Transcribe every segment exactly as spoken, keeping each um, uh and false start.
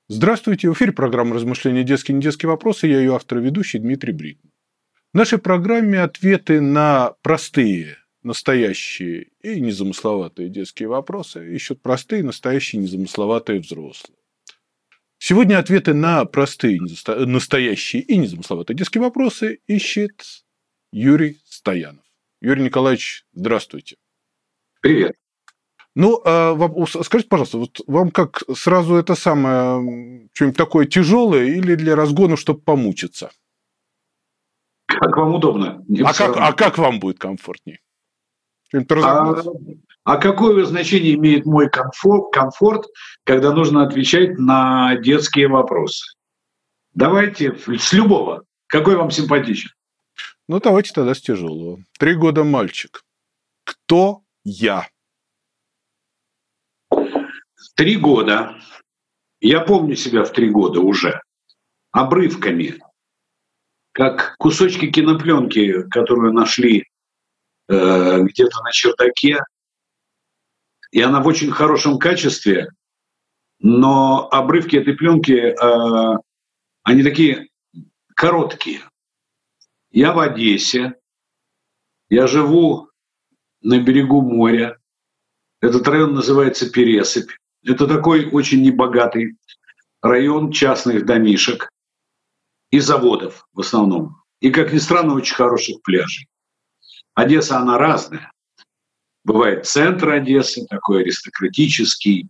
Здравствуйте, в эфире программа «Размышления. Детские и недетские вопросы». Я ее автор и ведущий Дмитрий Брикман. В нашей программе ответы на простые, настоящие и незамысловатые детские вопросы ищут простые, настоящие, незамысловатые взрослые. Сегодня ответы на простые, настоящие и незамысловатые детские вопросы ищет Юрий Стоянов. Юрий Николаевич, здравствуйте. Привет. Ну, скажите, пожалуйста, вот вам как сразу это самое, что-нибудь такое тяжелое или для разгона, чтобы помучиться? Как вам удобно. А как, а как вам будет комфортнее? А, а какое значение имеет мой комфорт, комфорт, когда нужно отвечать на детские вопросы? Давайте с любого. Какой вам симпатичен? Ну, давайте тогда с тяжелого. Три года мальчик. Кто я? Три года. Я помню себя в три года уже. Обрывками. Как кусочки кинопленки, которую нашли э, где-то на чердаке. И она в очень хорошем качестве. Но обрывки этой пленки, э, они такие короткие. Я в Одессе. Я живу на берегу моря. Этот район называется Пересыпь. Это такой очень небогатый район частных домишек и заводов в основном. И, как ни странно, очень хороших пляжей. Одесса, она разная. Бывает центр Одессы, такой аристократический,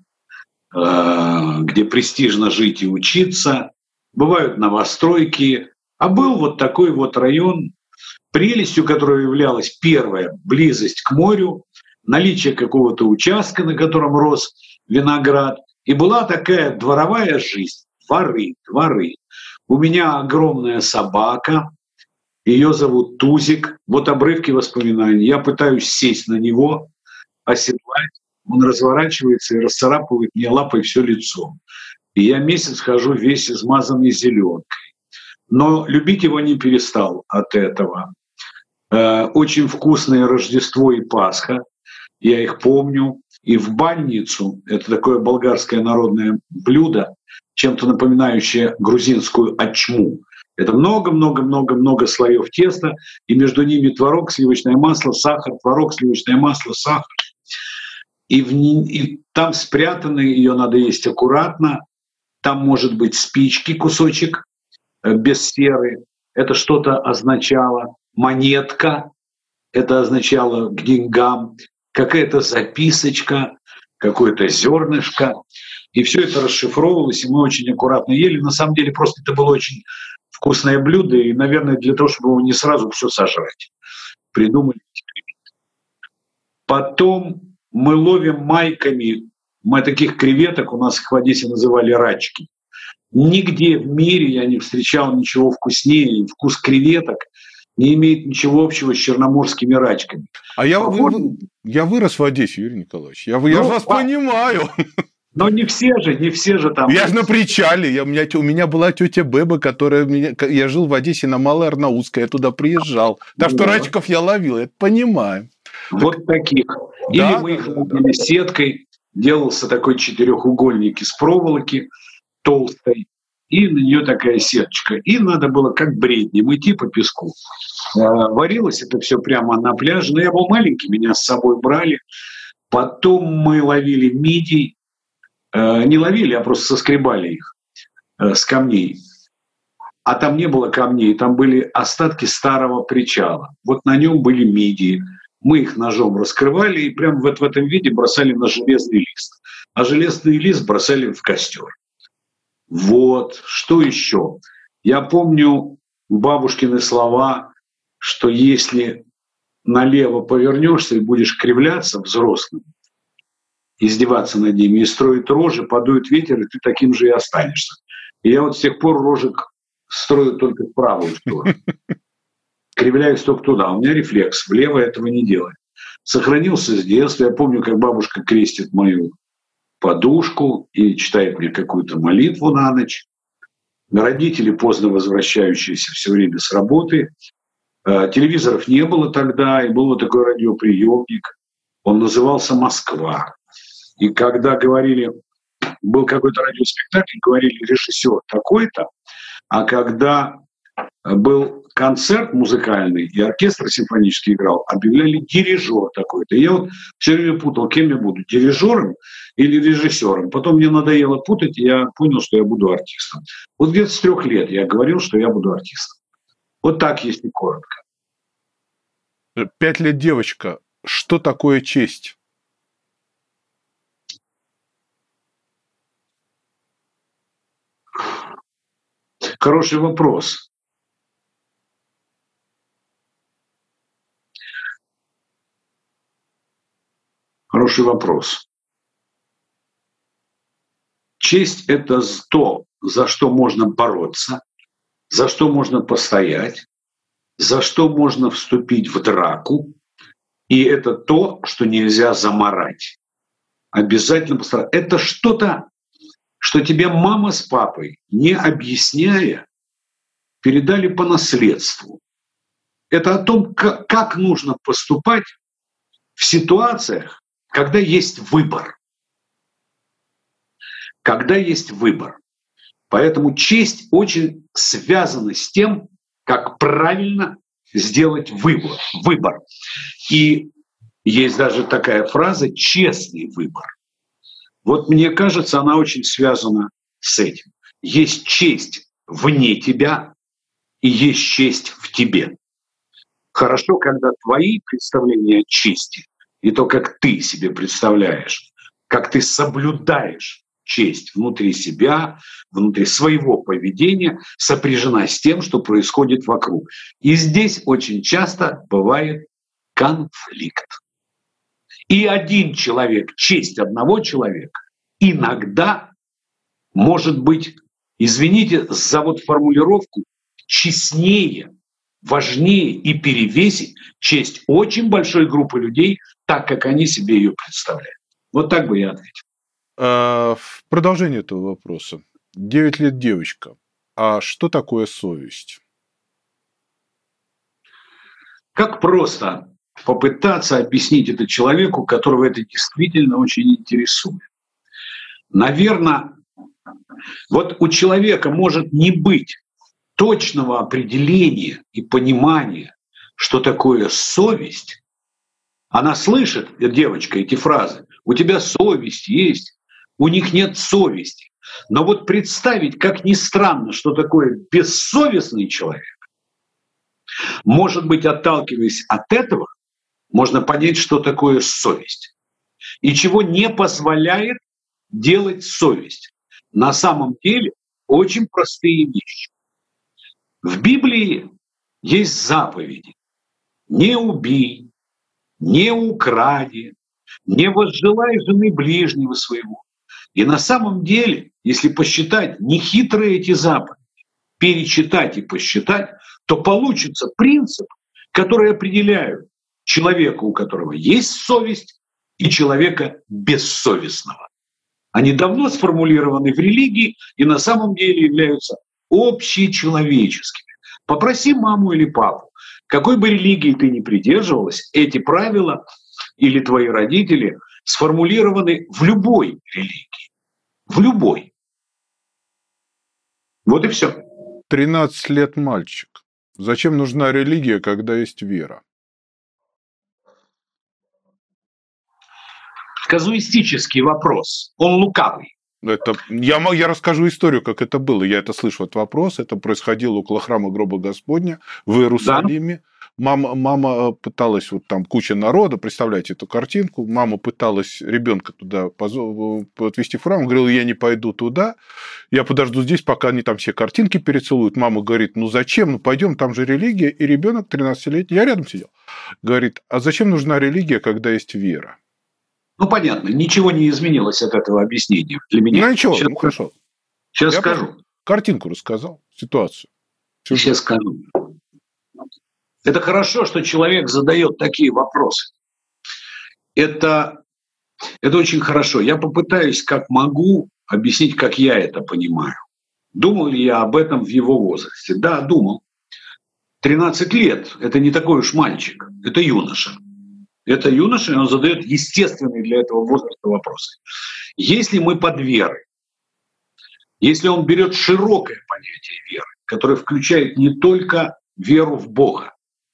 где престижно жить и учиться. Бывают новостройки. А был вот такой вот район, прелестью которого являлась первая близость к морю, наличие какого-то участка, на котором рос виноград. И была такая дворовая жизнь. Дворы, дворы. У меня огромная собака. Ее зовут Тузик. Вот обрывки воспоминаний. Я пытаюсь сесть на него, оседлать. Он разворачивается и расцарапывает мне лапой все лицо. И я месяц хожу весь измазанный зеленкой. Но любить его не перестал от этого. Очень вкусное Рождество и Пасха. Я их помню. И в банницу, это такое болгарское народное блюдо, чем-то напоминающее грузинскую ачму. Это много-много-много-много слоев теста, и между ними творог, сливочное масло, сахар, творог, сливочное масло, сахар. И, в, и там спрятаны, ее надо есть аккуратно. Там может быть спички, кусочек без серы. Это что-то означало. Монетка. Это означало к деньгам. Какая-то записочка, какое-то зернышко. И все это расшифровывалось, и мы очень аккуратно ели. На самом деле просто это было очень вкусное блюдо, и, наверное, для того, чтобы его не сразу все сожрать, придумали. Потом мы ловим майками, мы таких креветок, у нас их в Одессе называли рачки. Нигде в мире я не встречал ничего вкуснее. Вкус креветок не имеет ничего общего с черноморскими рачками. А я, вы, я вырос в Одессе, Юрий Николаевич. Я, ну, я вас а... понимаю. Но не все же, не все же там. Я же на причале. Я, у, меня, у меня была тетя Беба, которая меня... Я жил в Одессе на Малой Арнаутской, я туда приезжал. Так что рачков я ловил, это понимаю. Вот так... таких. Или да, мы их ловили да, да. сеткой. Делался такой четырехугольник из проволоки толстой. И на нее такая сеточка. И надо было как бреднем идти по песку. Варилось это все прямо на пляже. Но я был маленький, меня с собой брали. Потом мы ловили мидий. Не ловили, а просто соскребали их с камней. А там не было камней, там были остатки старого причала. Вот на нем были мидии. Мы их ножом раскрывали и прямо вот в этом виде бросали на железный лист. А железный лист бросали в костер. Вот, что еще? Я помню бабушкины слова, что если налево повернешься и будешь кривляться взрослым, издеваться над ними и строить рожи, подует ветер, и ты таким же и останешься. И я вот с тех пор рожек строю только в правую сторону. Кривляюсь только туда. У меня рефлекс. Влево этого не делаю. Сохранился с детства. Я помню, как бабушка крестит мою подушку и читает мне какую-то молитву на ночь. Родители, поздно возвращающиеся все время с работы. Телевизоров не было тогда, и был вот такой радиоприемник. Он назывался «Москва». И когда говорили был какой-то радиоспектакль, говорили режиссер такой-то, а когда был концерт музыкальный и оркестр симфонический играл, объявляли дирижер такой-то. И я вот все время путал, кем я буду, дирижером или режиссером. Потом мне надоело путать, и я понял, что я буду артистом. Вот где-то с трех лет я говорил, что я буду артистом. Вот так, если коротко. Пять лет девочка. Что такое честь? Хороший вопрос. Хороший вопрос. Честь – это то, за что можно бороться, за что можно постоять, за что можно вступить в драку, и это то, что нельзя заморать. Обязательно постараться. Это что-то, что тебе мама с папой, не объясняя, передали по наследству. Это о том, как нужно поступать в ситуациях, когда есть выбор. Когда есть выбор. Поэтому честь очень связана с тем, как правильно сделать выбор. выбор. И есть даже такая фраза «честный выбор». Вот мне кажется, она очень связана с этим. Есть честь вне тебя и есть честь в тебе. Хорошо, когда твои представления о чести и то, как ты себе представляешь, как ты соблюдаешь честь внутри себя, внутри своего поведения, сопряжена с тем, что происходит вокруг. И здесь очень часто бывает конфликт. И один человек, честь одного человека, иногда может быть, извините за вот формулировку, честнее, важнее и перевесить честь очень большой группы людей, так, как они себе ее представляют. Вот так бы я ответил. В продолжение этого вопроса. Девять лет девочка. А что такое совесть? Как просто попытаться объяснить это человеку, которого это действительно очень интересует. Наверное, вот у человека может не быть точного определения и понимания, что такое совесть. Она слышит, девочка, эти фразы. У тебя совесть есть, у них нет совести. Но вот представить, как ни странно, что такое бессовестный человек, может быть, отталкиваясь от этого, можно понять, что такое совесть. И чего не позволяет делать совесть. На самом деле очень простые вещи. В Библии есть заповеди. Не убей, не укради, не возжелай жены ближнего своего. И на самом деле, если посчитать нехитрые эти заповеди, перечитать и посчитать, то получится принцип, который определяют человека, у которого есть совесть, и человека бессовестного. Они давно сформулированы в религии и на самом деле являются общечеловеческими. Попроси маму или папу, какой бы религии ты ни придерживалась, эти правила или твои родители сформулированы в любой религии. В любой. Вот и все. тринадцать лет мальчик. Зачем нужна религия, когда есть вера? Казуистический вопрос. Он лукавый. Это, я, я расскажу историю, как это было. Я это слышу, этот вопрос. Это происходило около храма Гроба Господня в Иерусалиме. Да. Мама, мама пыталась, вот там куча народа, представляете эту картинку, мама пыталась ребенка туда отвезти в храм, говорила, я не пойду туда, я подожду здесь, пока они там все картинки перецелуют. Мама говорит, ну зачем, ну пойдем, там же религия. И ребенок тринадцатилетний, я рядом сидел, говорит, а зачем нужна религия, когда есть вера? Ну, понятно, ничего не изменилось от этого объяснения для меня. Ну, ничего, сейчас, ну, хорошо. Сейчас я скажу. Картинку рассказал, ситуацию. Сюжет. Сейчас скажу. Это хорошо, что человек задает такие вопросы. Это, это очень хорошо. Я попытаюсь, как могу, объяснить, как я это понимаю. Думал ли я об этом в его возрасте? Да, думал. тринадцать лет – это не такой уж мальчик, это юноша. Это юноша, и он задает естественные для этого возраста вопросы. Если мы под верой, если он берет широкое понятие веры, которое включает не только веру в Бога.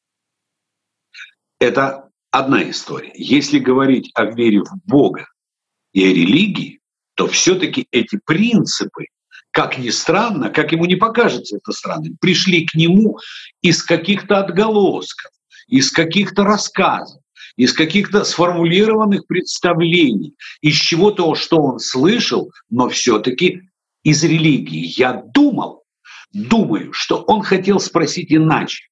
Это одна история. Если говорить о вере в Бога и о религии, то все-таки эти принципы, как ни странно, как ему не покажется это странным, пришли к нему из каких-то отголосков, из каких-то рассказов, из каких-то сформулированных представлений, из чего-то, что он слышал, но все-таки из религии. Я думал, думаю, что он хотел спросить иначе.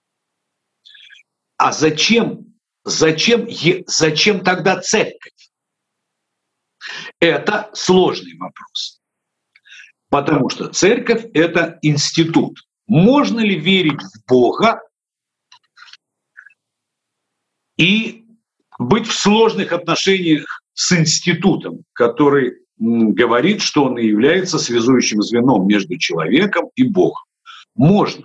А зачем, зачем, зачем тогда церковь? Это сложный вопрос. Потому что церковь – это институт. Можно ли верить в Бога и быть в сложных отношениях с институтом, который говорит, что он и является связующим звеном между человеком и Богом? Можно.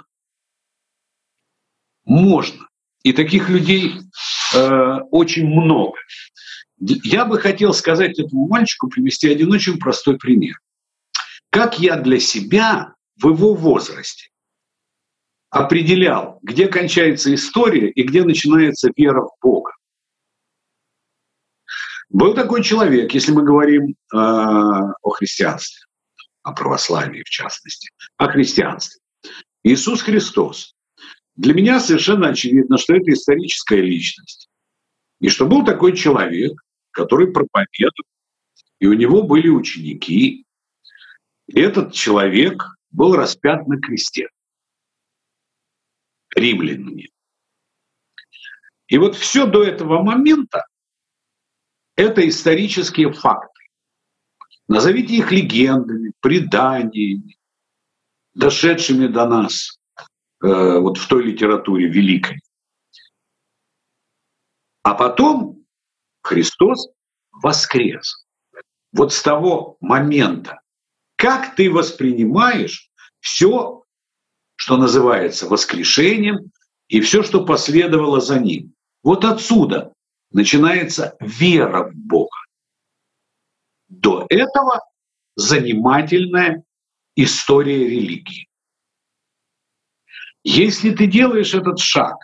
Можно. И таких людей э, очень много. Я бы хотел сказать этому мальчику, привести один очень простой пример. Как я для себя в его возрасте определял, где кончается история и где начинается вера в Бога. Был такой человек, если мы говорим э, о христианстве, о православии в частности, о христианстве. Иисус Христос. Для меня совершенно очевидно, что это историческая личность. И что был такой человек, который проповедовал, и у него были ученики. И этот человек был распят на кресте римлянами. И вот все до этого момента – это исторические факты. Назовите их легендами, преданиями, дошедшими до нас э, вот в той литературе великой. А потом Христос воскрес. Вот с того момента, как ты воспринимаешь все, что называется воскрешением, и все, что последовало за ним. Вот отсюда начинается вера в Бога. До этого занимательная история религии. Если ты делаешь этот шаг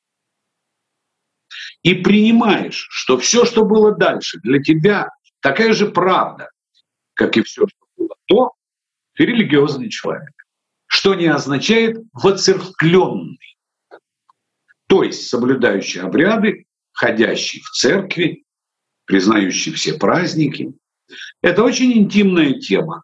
и принимаешь, что все, что было дальше, для тебя такая же правда, как и все, что было до, ты религиозный человек. Что не означает воцерквленный, то есть соблюдающий обряды, ходящий в церкви, признающий все праздники. Это очень интимная тема.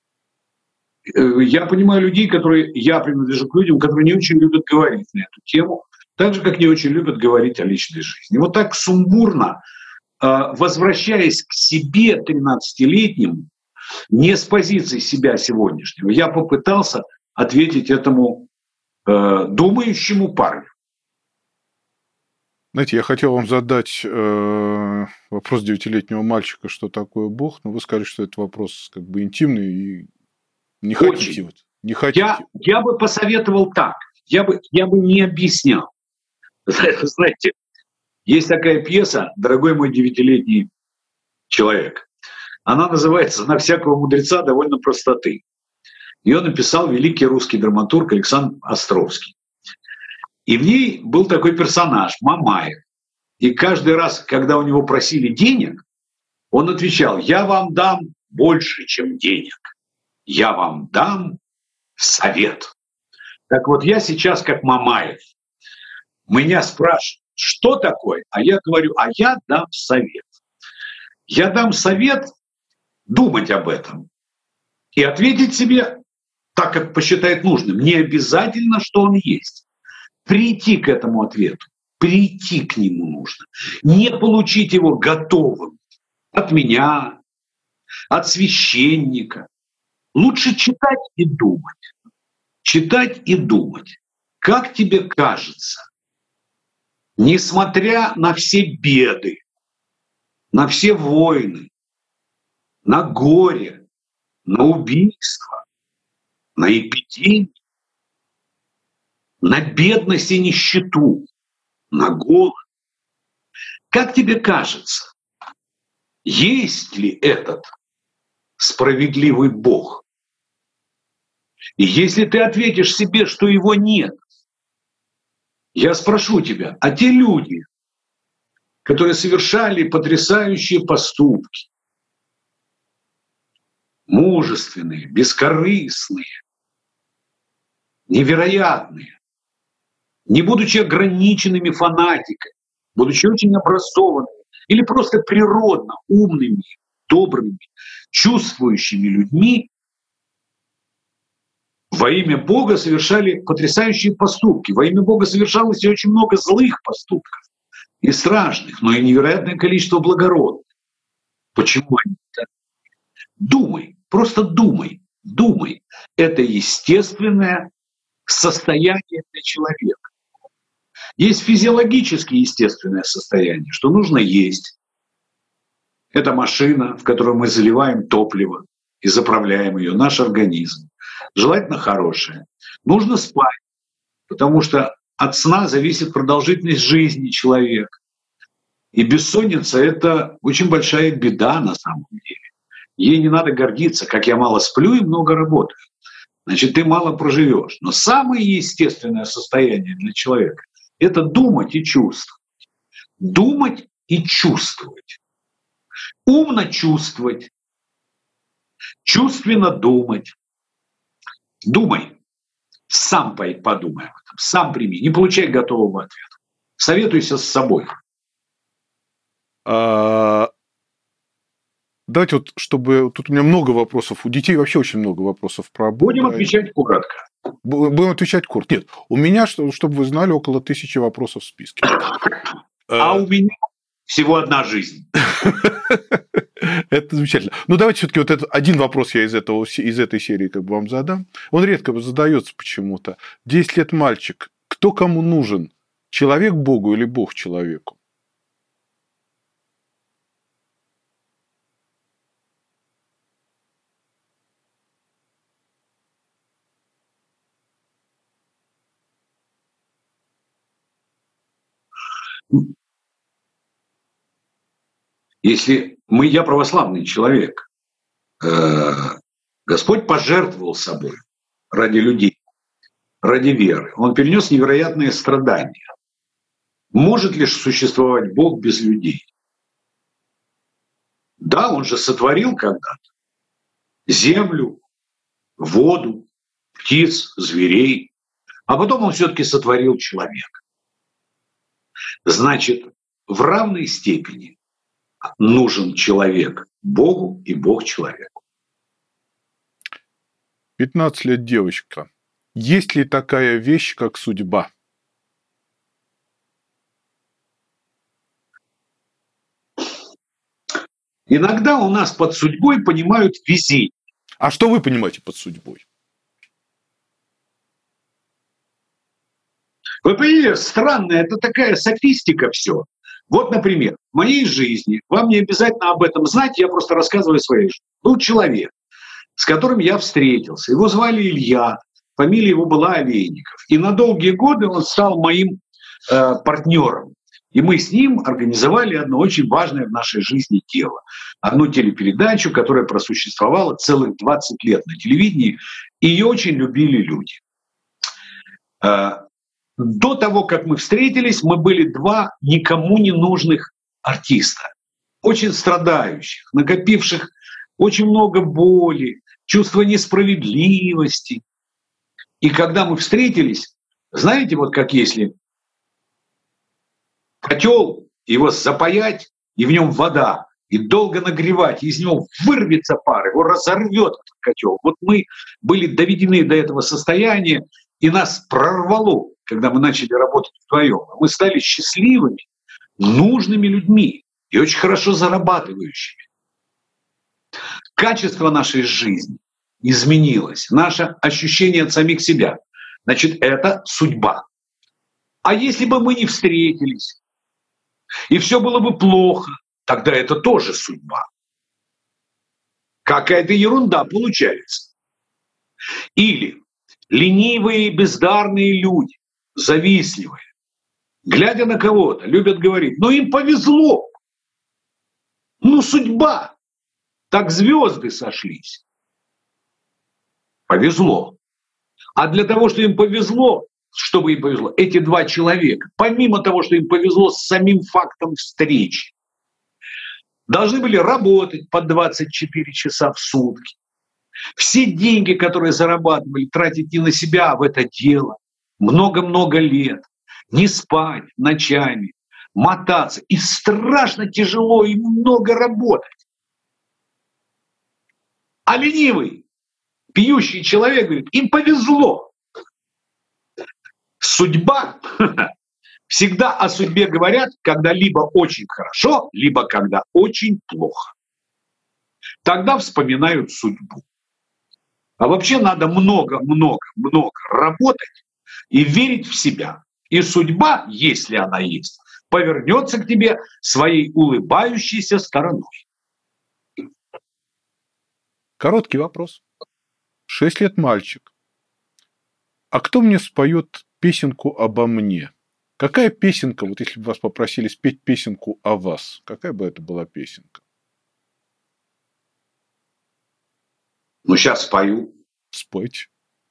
Я понимаю людей, которые, я принадлежу к людям, которые не очень любят говорить на эту тему, так же, как не очень любят говорить о личной жизни. Вот так сумбурно, возвращаясь к себе тринадцатилетнему, не с позиции себя сегодняшнего, я попытался ответить этому э, думающему парню. Знаете, я хотел вам задать э, вопрос девятилетнего мальчика, что такое Бог, но вы сказали, что это вопрос как бы интимный и не хотите. Очень. Вот, не хотите. Я, я бы посоветовал так, я бы, я бы не объяснял. Знаете, есть такая пьеса «Дорогой мой девятилетний человек». Она называется «На всякого мудреца довольно простоты». Ее написал великий русский драматург Александр Островский. И в ней был такой персонаж Мамаев. И каждый раз, когда у него просили денег, он отвечал: «Я вам дам больше, чем денег. Я вам дам совет». Так вот, я сейчас как Мамаев. Меня спрашивают, что такое? А я говорю: а я дам совет. Я дам совет думать об этом и ответить себе так, как посчитает нужным. Не обязательно, что он есть. Прийти к этому ответу, прийти к нему нужно. Не получить его готовым от меня, от священника. Лучше читать и думать. Читать и думать. Как тебе кажется, несмотря на все беды, на все войны, на горе, на убийство, на эпидемии, на бедность и нищету, на голод. Как тебе кажется, есть ли этот справедливый Бог? И если ты ответишь себе, что его нет, я спрошу тебя, а те люди, которые совершали потрясающие поступки, мужественные, бескорыстные, невероятные, не будучи ограниченными фанатиками, будучи очень образованными или просто природно умными, добрыми, чувствующими людьми, во имя Бога совершали потрясающие поступки. Во имя Бога совершалось и очень много злых поступков, и страшных, но и невероятное количество благородных. Почему они так? Думай, просто думай, думай. Это естественное состояние для человека. Есть физиологически естественное состояние, что нужно есть. Это машина, в которую мы заливаем топливо и заправляем ее, наш организм. Желательно хорошее. Нужно спать, потому что от сна зависит продолжительность жизни человека. И бессонница – это очень большая беда на самом деле. Ей не надо гордиться, как я мало сплю и много работаю. Значит, ты мало проживешь. Но самое естественное состояние для человека – это думать и чувствовать. Думать и чувствовать. Умно чувствовать. Чувственно думать. Думай. Сам подумай об этом. Сам прими. Не получай готового ответа. Советуйся с собой. А, давайте вот, чтобы... Тут у меня много вопросов. У детей вообще очень много вопросов про Бога. Будем отвечать коротко. Будем отвечать коротко. Нет, у меня, чтобы вы знали, около тысячи вопросов в списке. А у меня всего одна жизнь. Это замечательно. Ну, давайте все-таки вот этот один вопрос я из, этого, из этой серии как бы вам задам. Он редко задается почему-то. десять лет мальчик. Кто кому нужен? Человек Богу или Бог человеку? Если мы, я православный человек, Господь пожертвовал собой ради людей, ради веры. Он перенес невероятные страдания. Может ли существовать Бог без людей? Да, Он же сотворил когда-то землю, воду, птиц, зверей, а потом Он все-таки сотворил человека. Значит, в равной степени нужен человек Богу и Бог человеку. пятнадцать лет девочка. Есть ли такая вещь, как судьба? Иногда у нас под судьбой понимают везение. А что вы понимаете под судьбой? Вы понимаете, странно, это такая софистика все. Вот, например, в моей жизни, вам не обязательно об этом знать, я просто рассказываю о своей жизни. Был человек, с которым я встретился. Его звали Илья, фамилия его была Олейников. И на долгие годы он стал моим э, партнером. И мы с ним организовали одно очень важное в нашей жизни дело. Одну телепередачу, которая просуществовала целых двадцать лет на телевидении. И ее очень любили люди. Э, До того, как мы встретились, мы были два никому не нужных артиста, очень страдающих, накопивших очень много боли, чувства несправедливости. И когда мы встретились, знаете, вот как если котел, его запаять, и в нем вода, и долго нагревать, и из него вырвется пар, его разорвет этот котел. Вот мы были доведены до этого состояния, и нас прорвало, когда мы начали работать вдвоем. Мы стали счастливыми, нужными людьми и очень хорошо зарабатывающими. Качество нашей жизни изменилось, наше ощущение от самих себя. Значит, это судьба. А если бы мы не встретились, и все было бы плохо, тогда это тоже судьба. Какая-то ерунда получается. Или ленивые и бездарные люди, завистливые, глядя на кого-то, любят говорить: ну им повезло, ну судьба, так звезды сошлись. Повезло. А для того, чтобы им повезло, чтобы им повезло, эти два человека, помимо того, что им повезло с самим фактом встречи, должны были работать по двадцать четыре часа в сутки. Все деньги, которые зарабатывали, тратить не на себя, а в это дело. Много-много лет. Не спать ночами, мотаться. И страшно тяжело и много работать. А ленивый, пьющий человек говорит, им повезло. Судьба. Всегда о судьбе говорят, когда либо очень хорошо, либо когда очень плохо. Тогда вспоминают судьбу. А вообще надо много-много-много работать и верить в себя. И судьба, если она есть, повернется к тебе своей улыбающейся стороной. Короткий вопрос. Шесть лет мальчик. А кто мне споет песенку обо мне? Какая песенка, вот если бы вас попросили спеть песенку о вас, какая бы это была песенка? Ну, сейчас спою. Спойте.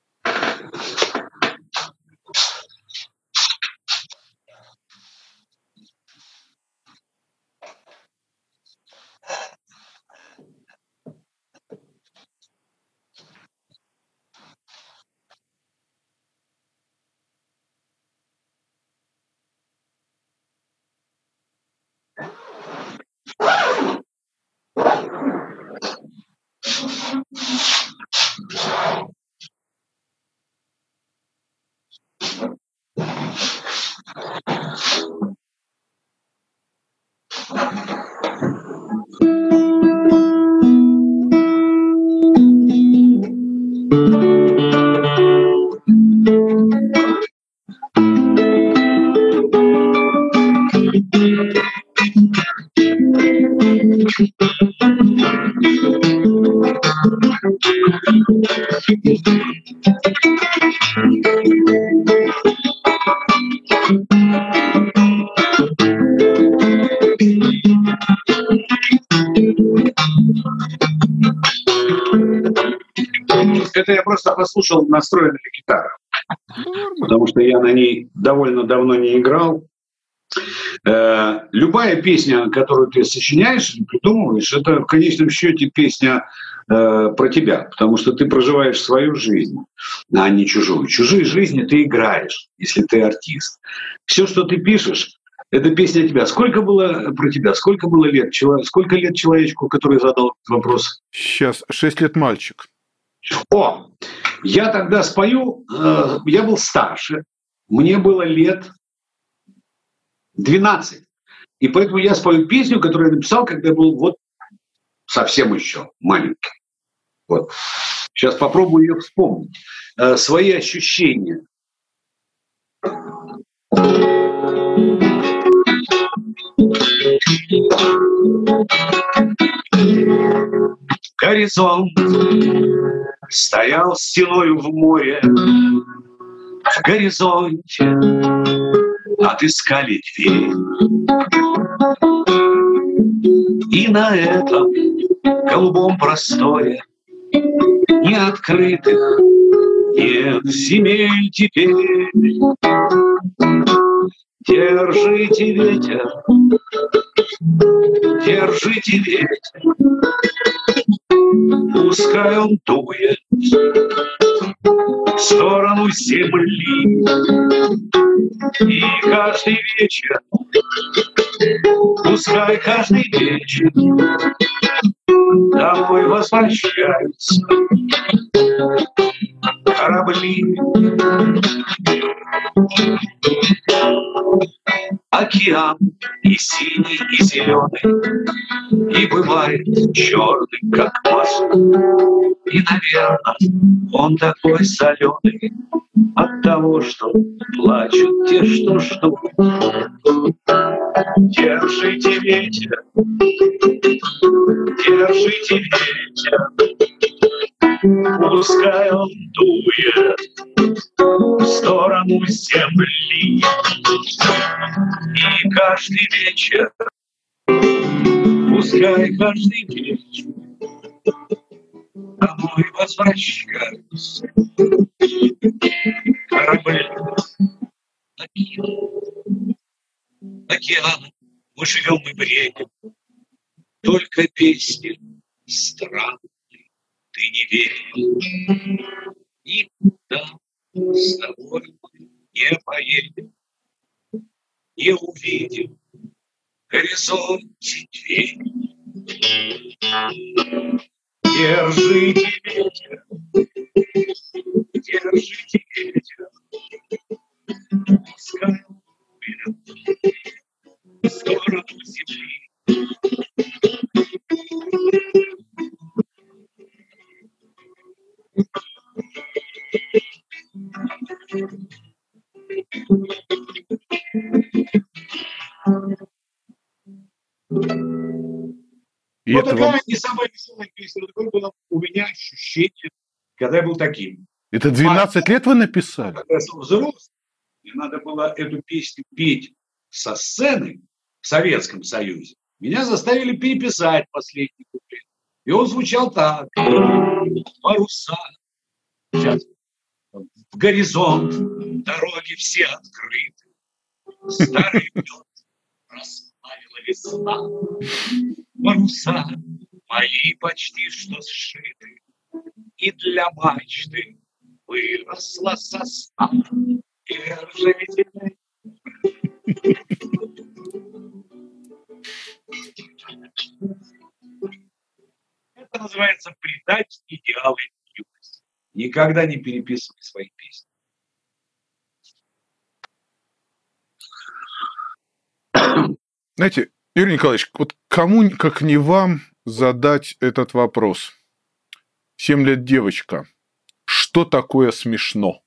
Это я просто послушал настроенную гитару, потому что я на ней довольно давно не играл. Э, любая песня, которую ты сочиняешь или придумываешь, это в конечном счете песня э, про тебя, потому что ты проживаешь свою жизнь, а не чужую. Чужие жизни ты играешь, если ты артист. Все, что ты пишешь, это песня о тебя. Сколько было про тебя? Сколько было лет? Сколько лет человечку, который задал этот вопрос? Сейчас шесть лет мальчик. О, я тогда спою, э, я был старше, мне было лет двенадцать. И поэтому я спою песню, которую я написал, когда был вот совсем еще маленький. Вот. Сейчас попробую ее вспомнить. Э, свои ощущения. Горизонт стоял стеною в море. В горизонте отыскали дверь. И на этом голубом просторе неоткрытых нет земель теперь. Держите ветер, держите ветер, пускай он дует в сторону земли. И каждый вечер, пускай каждый вечер домой возвращаются корабли. Океан и синий, и зеленый, и бывает черный, как масло. И, наверное, он такой соленый от того, что плачут те, что ждут. Держите ветер, держите ветер, пускай он дует в сторону земли. И каждый вечер, пускай каждый вечер домой возвращаются океан мы живем и бредим, только песни странные ты не веришь. Никуда с тобой мы не поедем, не увидим в горизонте дверь. Держите ветер, держите ветер, пускай уйдет в сторону земли. И вот это такая вам... не самая веселая песня. Вот такое было у меня ощущение, когда я был таким. Это двенадцать лет вы написали? Когда я стал взрослым, мне надо было эту песню петь со сцены в Советском Союзе. Меня заставили переписать последний куплет. И он звучал так. Паруса. Сейчас. В горизонт дороги все открыты. Старый лед расплавила весна. Паруса мои почти что сшиты. И для мачты выросла сосна. Держите. Это называется предать идеалы юности. Никогда не переписывай свои песни. Знаете, Юрий Николаевич, вот кому, как не вам, задать этот вопрос? Семь лет девочка. Что такое смешно?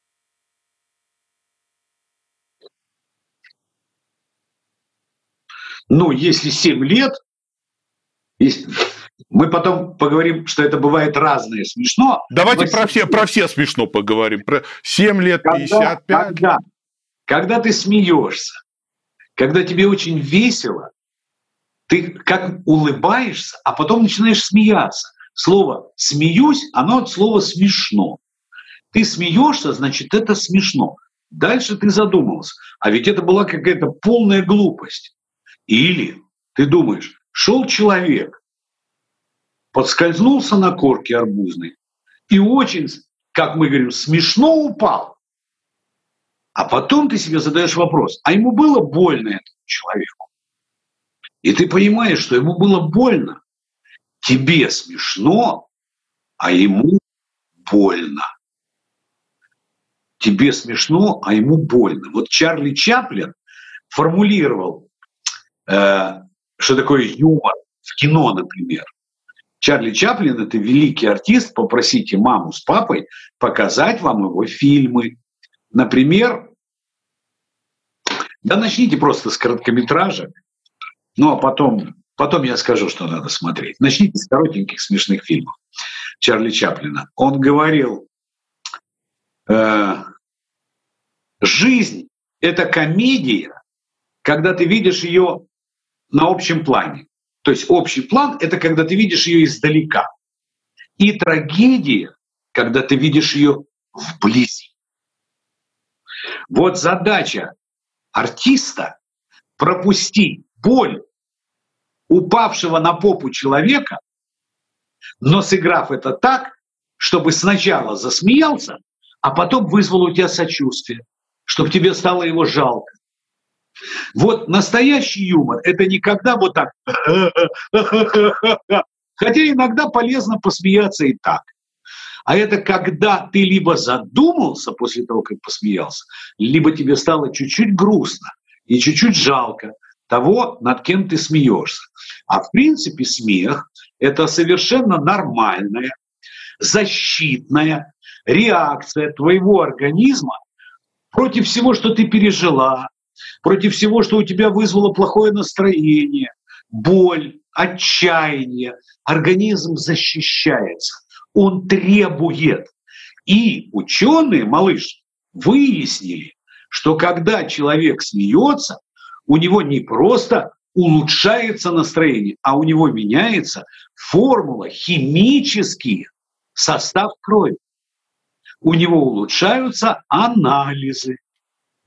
Ну, если семь лет, если... мы потом поговорим, что это бывает разное смешно. Давайте про все, про все смешно поговорим. Про семь лет, пятьдесят пять. Когда, когда ты смеешься, когда тебе очень весело, ты как улыбаешься, а потом начинаешь смеяться. Слово «смеюсь», оно от слова «смешно». Ты смеешься, значит, это смешно. Дальше ты задумался. А ведь это была какая-то полная глупость. Или ты думаешь, шел человек, подскользнулся на корке арбузной и очень, как мы говорим, смешно упал. А потом ты себе задаешь вопрос, а ему было больно этому человеку? И ты понимаешь, что ему было больно. Тебе смешно, а ему больно. Тебе смешно, а ему больно. Вот Чарли Чаплин формулировал, э, что такое юмор в кино, например. Чарли Чаплин – это великий артист. Попросите маму с папой показать вам его фильмы. Например, да начните просто с короткометражек, ну а потом, потом я скажу, что надо смотреть. Начните с коротеньких смешных фильмов Чарли Чаплина. Он говорил, э, жизнь – это комедия, когда ты видишь ее на общем плане. То есть общий план – это когда ты видишь ее издалека. И трагедия, когда ты видишь ее вблизи. Вот задача артиста – пропустить боль упавшего на попу человека, но сыграв это так, чтобы сначала засмеялся, а потом вызвал у тебя сочувствие, чтобы тебе стало его жалко. Вот настоящий юмор – это не когда вот так, хотя иногда полезно посмеяться и так. А это когда ты либо задумался после того, как посмеялся, либо тебе стало чуть-чуть грустно и чуть-чуть жалко того, над кем ты смеешься. А в принципе смех – это совершенно нормальная, защитная реакция твоего организма против всего, что ты пережила, против всего, что у тебя вызвало плохое настроение, боль, отчаяние. Организм защищается, он требует. И ученые, малыш, выяснили, что когда человек смеется, у него не просто улучшается настроение, а у него меняется формула, химический состав крови. У него улучшаются анализы.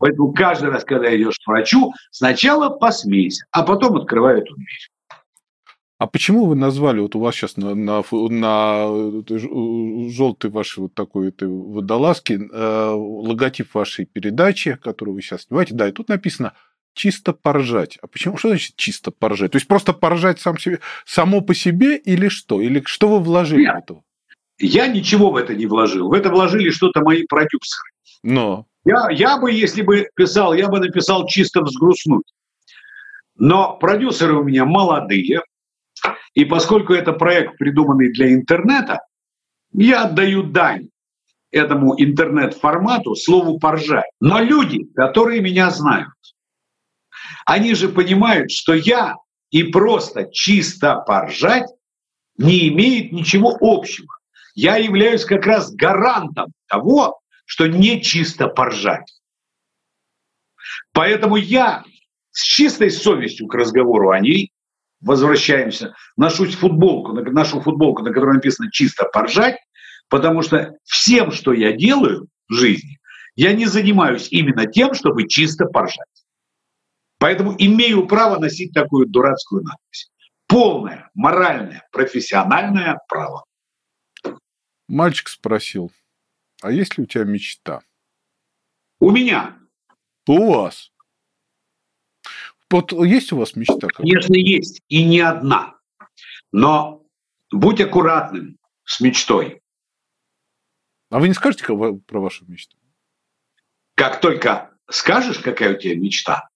Поэтому каждый раз, когда идешь к врачу, сначала посмейся, а потом открывай эту дверь. А почему вы назвали, вот у вас сейчас на, на, на желтой вашей вот такой этой водолазке э, логотип вашей передачи, которую вы сейчас снимаете, да, и тут написано «чисто поржать». А почему, что значит «чисто поржать»? То есть просто поржать сам себе, само по себе или что? Или что вы вложили Нет, в это? Я ничего в это не вложил. В это вложили что-то мои продюсеры. Но... Я, я бы, если бы писал, я бы написал «чисто взгрустнуть». Но продюсеры у меня молодые. И поскольку это проект, придуманный для интернета, я отдаю дань этому интернет-формату, слову «поржать». Но люди, которые меня знают, они же понимают, что я и просто чисто поржать не имеет ничего общего. Я являюсь как раз гарантом того, что не чисто поржать. Поэтому я с чистой совестью к разговору о ней возвращаемся, ношу футболку, ношу футболку, на которой написано «чисто поржать», потому что всем, что я делаю в жизни, я не занимаюсь именно тем, чтобы чисто поржать. Поэтому имею право носить такую дурацкую надпись. Полное, моральное, профессиональное право. Мальчик спросил, а есть ли у тебя мечта? У меня. У вас? Вот есть у вас мечта? Конечно, есть. И не одна. Но будь аккуратным с мечтой. А вы не скажете про вашу мечту? Как только скажешь, какая у тебя мечта,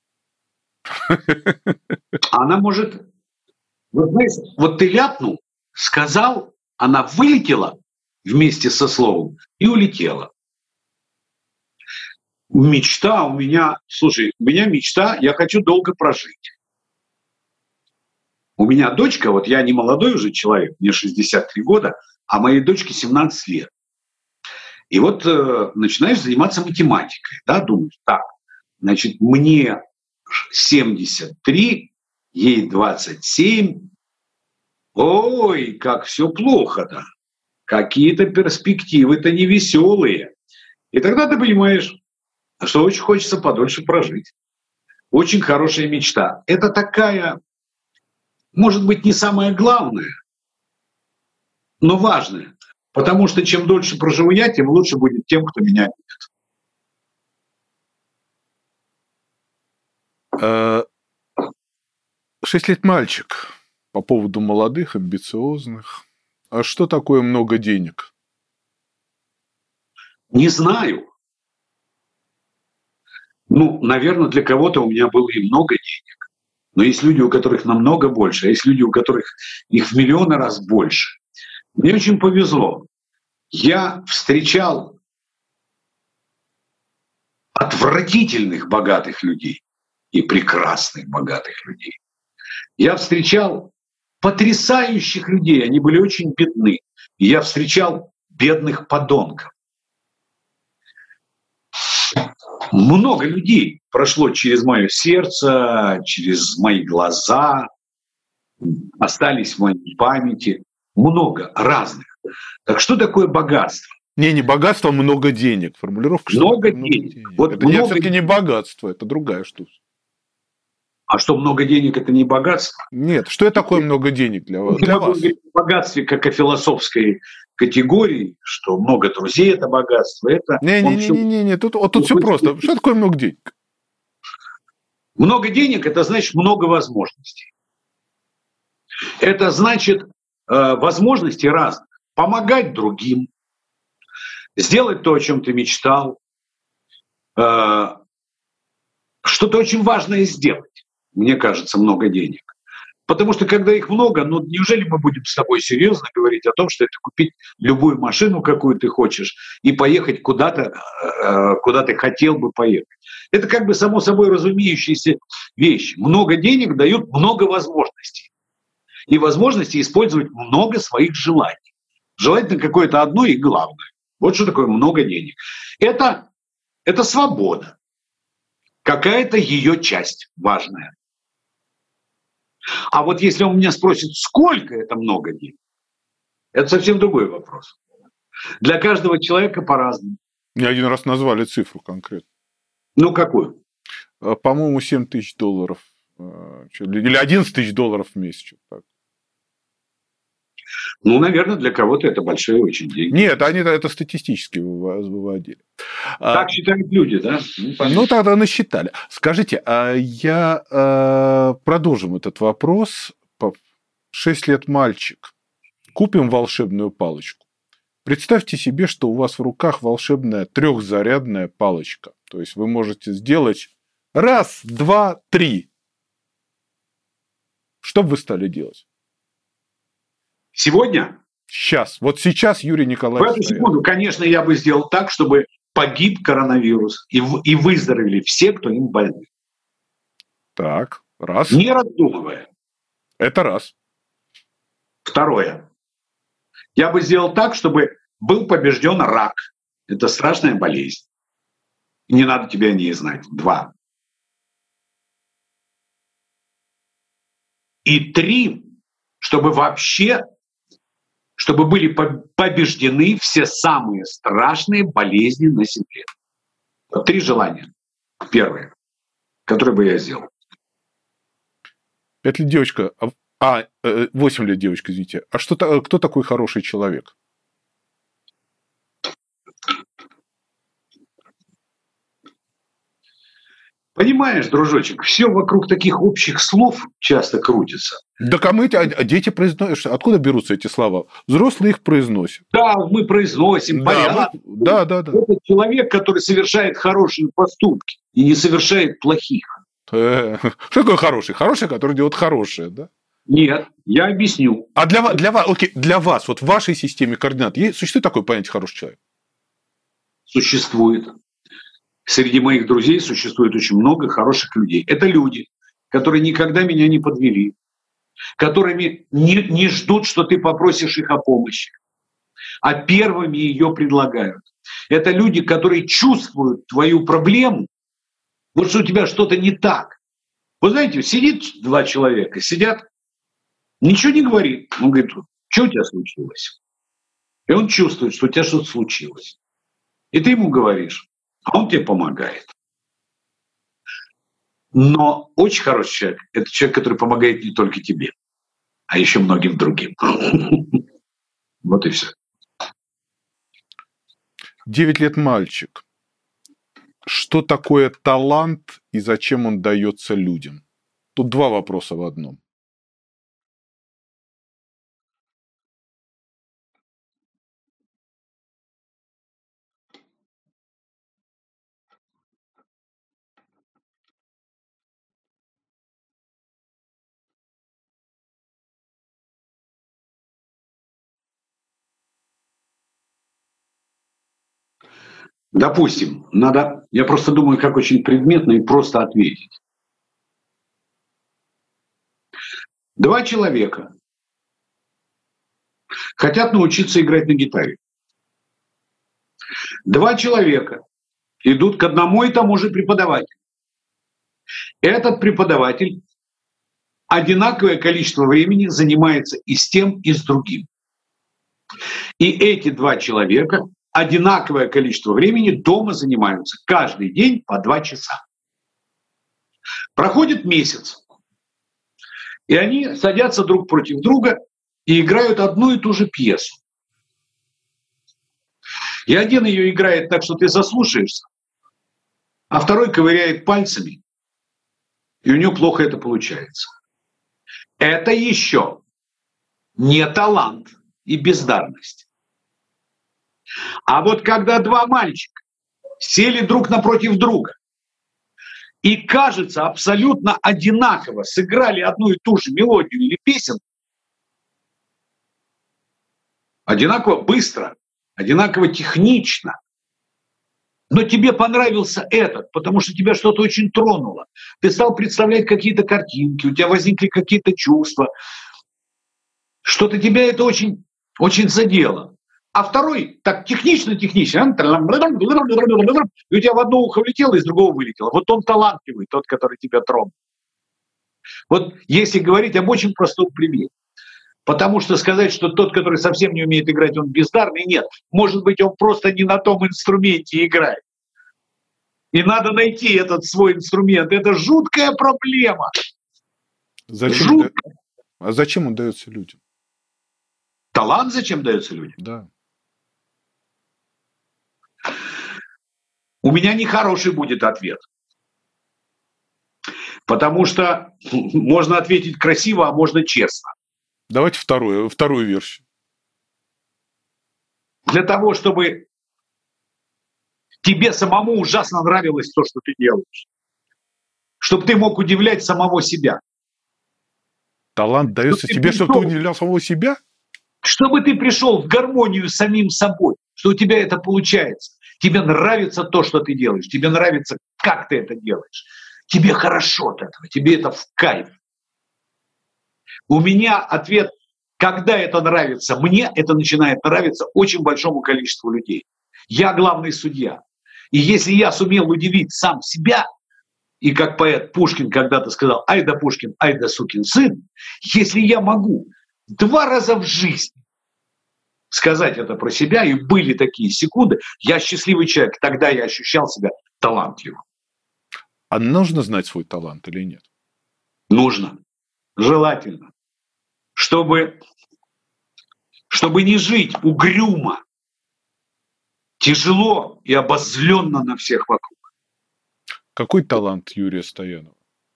она может... Вот, знаете, вот ты ляпнул, сказал, она вылетела вместе со словом и улетела. Мечта у меня... Слушай, у меня мечта, я хочу долго прожить. У меня дочка, вот я не молодой уже человек, мне шестьдесят три года, а моей дочке семнадцать лет. И вот э, начинаешь заниматься математикой, да, думаешь, так, значит, мне семьдесят три, ей двадцать семь. Ой, как все плохо-то. Какие-то перспективы-то невеселые. И тогда ты понимаешь, что очень хочется подольше прожить. Очень хорошая мечта. Это такая, может быть, не самое главное, но важное. Потому что чем дольше проживу я, тем лучше будет тем, кто меня любит. Шесть лет мальчик. По поводу молодых, амбициозных. А что такое много денег? Не знаю. Ну, наверное, для кого-то у меня было и много денег. Но есть люди, у которых намного больше, а есть люди, у которых их в миллионы раз больше. Мне очень повезло. Я встречал отвратительных богатых людей и прекрасных богатых людей. Я встречал потрясающих людей, они были очень бедны. И я встречал бедных подонков. Много людей прошло через мое сердце, через мои глаза, остались в моей памяти. Много разных. Так что такое богатство? Не, не богатство, а много денег. Формулировка, что много много денег. денег. Вот это много... все-таки не богатство, это другая штука. А что, много денег – это не богатство? Нет, что это такое много денег для, ну, для вас? О богатстве как о философской категории, что много друзей – это богатство. Это Не-не-не, тут, вот тут все просто. Что такое много денег? Много денег – это значит много возможностей. Это значит э, возможности разных. Помогать другим, сделать то, о чем ты мечтал, э, что-то очень важное сделать. Мне кажется, много денег. Потому что когда их много, ну неужели мы будем с тобой серьезно говорить о том, что это купить любую машину, какую ты хочешь, и поехать куда-то, куда ты хотел бы поехать. Это как бы само собой разумеющиеся вещи. Много денег дают много возможностей. И возможности использовать много своих желаний. Желательно какое-то одно и главное. Вот что такое много денег. Это, это свобода. Какая-то ее часть важная. А вот если он меня спросит, сколько это много денег, это совсем другой вопрос. Для каждого человека по-разному. Мне один раз назвали цифру конкретно. Ну, какую? По-моему, семь тысяч долларов. Или одиннадцать тысяч долларов в месяц. Так. Ну, наверное, для кого-то это большие очень деньги. Нет, они это статистически выводили. Так считают люди, да? Ну, ну тогда насчитали. Скажите, я продолжим этот вопрос. Шесть лет мальчик. Купим волшебную палочку. Представьте себе, что у вас в руках волшебная трехзарядная палочка. То есть вы можете сделать раз, два, три. Что бы вы стали делать? Сегодня? Сейчас. Вот сейчас Юрий Николаевич. В эту секунду, конечно, я бы сделал так, чтобы погиб коронавирус и, и выздоровели все, кто им больны. Так, раз. Не раздумывая. Это раз. Второе. Я бы сделал так, чтобы был побежден рак. Это страшная болезнь. Не надо тебе о ней знать. Два. И три, чтобы вообще, чтобы были побеждены все самые страшные болезни на Земле. Вот три желания. Первое, которое бы я сделал. Пять лет девочка, а, восемь лет девочка, извините. А что, кто такой хороший человек? Понимаешь, дружочек, все вокруг таких общих слов часто крутится. Да кому эти, а дети произносят, откуда берутся эти слова? Взрослые их произносят. Да, мы произносим, да, порядок. Мы, да, да, да. Это человек, который совершает хорошие поступки и не совершает плохих. Э, что такое хороший? Хороший, который делает хорошее, да? Нет, я объясню. А для, для, вас, окей, для вас, вот в вашей системе координат, есть, существует такое понятие «хороший человек»? Существует. Среди моих друзей существует очень много хороших людей. Это люди, которые никогда меня не подвели, которыми не, не ждут, что ты попросишь их о помощи, а первыми ее предлагают. Это люди, которые чувствуют твою проблему, вот что у тебя что-то не так. Вы знаете, сидит два человека, сидят, ничего не говорит. Он говорит, что у тебя случилось? И он чувствует, что у тебя что-то случилось. И ты ему говоришь, а он тебе помогает. Но очень хороший человек – это человек, который помогает не только тебе, а еще многим другим. Вот и все. Девять лет мальчик. Что такое талант и зачем он дается людям? Тут два вопроса в одном. Допустим, надо, я просто думаю, как очень предметно и просто ответить. Два человека хотят научиться играть на гитаре. Два человека идут к одному и тому же преподавателю. Этот преподаватель одинаковое количество времени занимается и с тем, и с другим. И эти два человека одинаковое количество времени дома занимаются каждый день по два часа. Проходит месяц, и они садятся друг против друга и играют одну и ту же пьесу. И один ее играет так, что ты заслушаешься, а второй ковыряет пальцами, и у него плохо это получается. Это еще не талант и бездарность. А вот когда два мальчика сели друг напротив друга и, кажется, абсолютно одинаково сыграли одну и ту же мелодию или песенку, одинаково быстро, одинаково технично, но тебе понравился этот, потому что тебя что-то очень тронуло. Ты стал представлять какие-то картинки, у тебя возникли какие-то чувства, что-то тебя это очень, очень задело. А второй так технично-технично, и у тебя в одно ухо влетело, из другого вылетело. Вот он талантливый, тот, который тебя тронул. Вот если говорить об очень простом примере. Потому что сказать, что тот, который совсем не умеет играть, он бездарный, нет. Может быть, он просто не на том инструменте играет. И надо найти этот свой инструмент. Это жуткая проблема. Зачем Жуткая. Да... А зачем он дается людям? Талант зачем дается людям? Да. У меня нехороший будет ответ. Потому что можно ответить красиво, а можно честно. Давайте вторую, вторую версию. Для того, чтобы тебе самому ужасно нравилось то, что ты делаешь. Чтобы ты мог удивлять самого себя. Талант дается чтобы тебе, ты чтобы ты пришел, удивлял самого себя? Чтобы ты пришел в гармонию с самим собой. Что у тебя это получается. Тебе нравится то, что ты делаешь. Тебе нравится, как ты это делаешь. Тебе хорошо от этого. Тебе это в кайф. У меня ответ, когда это нравится мне, это начинает нравиться очень большому количеству людей. Я главный судья. И если я сумел удивить сам себя, и как поэт Пушкин когда-то сказал: ай да Пушкин, ай да сукин сын, если я могу два раза в жизни сказать это про себя, и были такие секунды, я счастливый человек, тогда я ощущал себя талантливым. А нужно знать свой талант или нет? Нужно. Желательно. Чтобы, чтобы не жить угрюмо, тяжело и обозленно на всех вокруг. Какой талант Юрия Стоянова?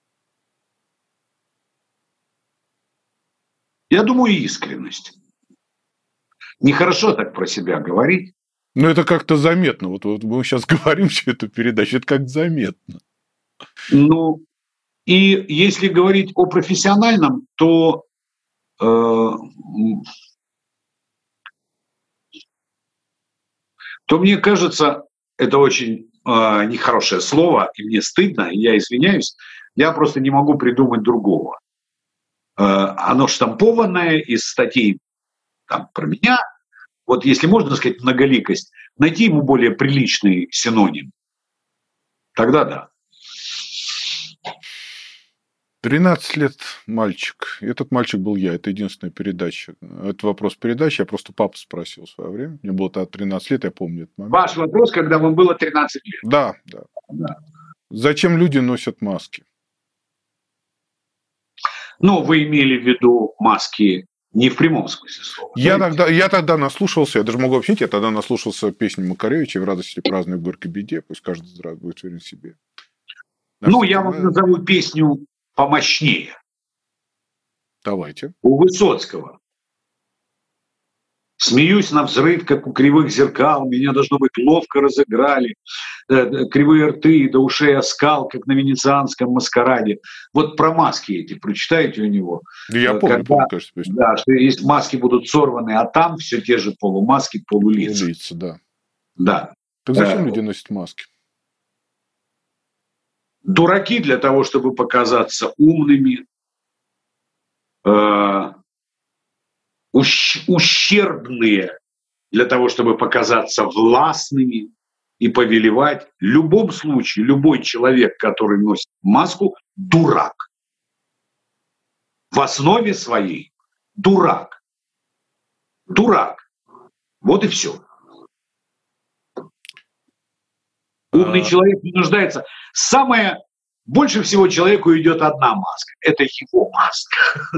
Я думаю, искренность. Нехорошо так про себя говорить. Ну, это как-то заметно. Вот, вот мы сейчас говорим всю эту передачу, это как-то заметно. Ну, и если говорить о профессиональном, то э, то мне кажется, это очень э, нехорошее слово, и мне стыдно, и я извиняюсь, я просто не могу придумать другого. Э, оно штампованное из статей там, про меня. Вот если можно сказать многоликость, найти ему более приличный синоним, тогда да. тринадцать лет мальчик. Этот мальчик был я. Это единственная передача. Это вопрос передачи. Я просто папу спросил в свое время. Мне было тогда тринадцать лет, я помню этот момент. Ваш вопрос, когда вам было тринадцать лет. Да, да. Да. Зачем люди носят маски? Ну, вы имели в виду маски не в прямом смысле слова. Я тогда, я тогда наслушался, я даже могу объяснить, я тогда наслушался песни Макаревича «В радости празднуй, в горькой беде, пусть каждый здравствует будет уверен в себе». На ну, все я это... вам назову песню помощнее. Давайте. У Высоцкого. Смеюсь на взрыв, как у кривых зеркал, меня, должно быть, ловко разыграли. Кривые рты, до ушей оскал, как на венецианском маскараде. Вот про маски эти прочитайте у него. Я помню, когда, помню, конечно, песню. Да, что если маски будут сорваны, а там все те же полумаски, полулица. Полулица, да. Да. Так зачем а, люди носят маски? Дураки для того, чтобы показаться умными, э, ущербные для того, чтобы показаться властными и повелевать. В любом случае, любой человек, который носит маску, дурак. В основе своей дурак. Дурак. Вот и все. Умный а... человек не нуждается. Самое больше всего человеку идет одна маска. Это его маска.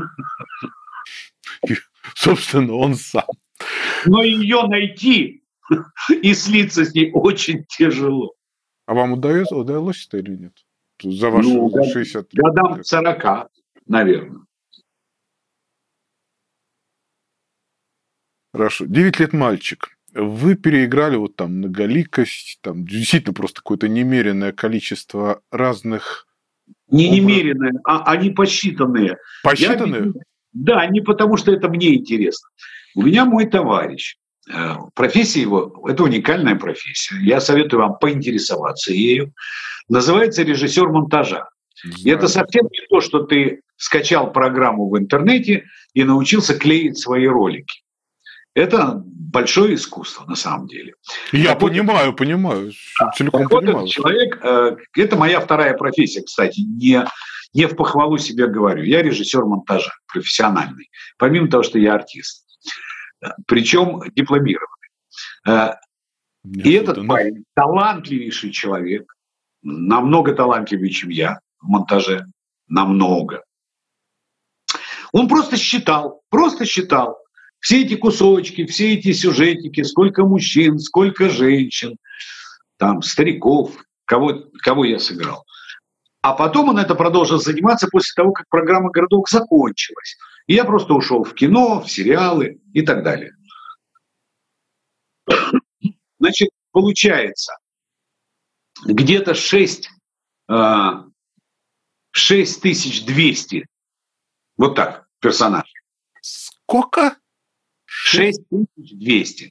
Собственно, он сам. Но ее найти и слиться с ней очень тяжело. А вам удалось, удалось это или нет? За ваши ну, шестьдесят лет? Годам сорока, наверное. Хорошо. девять лет мальчик. Вы переиграли вот там многоликость, там действительно просто какое-то немеренное количество разных... Не образ... немеренное, а они посчитанные. Посчитанные? Я... Да, не потому что это мне интересно. У меня мой товарищ. Профессия его – это уникальная профессия. Я советую вам поинтересоваться ею. Называется режиссер монтажа. И это совсем не то, что ты скачал программу в интернете и научился клеить свои ролики. Это большое искусство, на самом деле. Я так понимаю, вот, понимаю. Целиком так вот понимаю. Этот человек, это моя вторая профессия, кстати, не, не в похвалу себе говорю. Я режиссер монтажа, профессиональный. Помимо того, что я артист. Причем дипломированный. И этот парень талантливейший человек. намного талантливее, чем я в монтаже. Намного. Он просто считал, просто считал все эти кусочки, все эти сюжетики, сколько мужчин, сколько женщин, там, стариков, кого, кого я сыграл. А потом он это продолжил заниматься после того, как программа «Городок» закончилась. И я просто ушел в кино, в сериалы и так далее. Значит, получается, где-то шесть тысяч двести, вот так, персонаж. Сколько? шесть тысяч двести.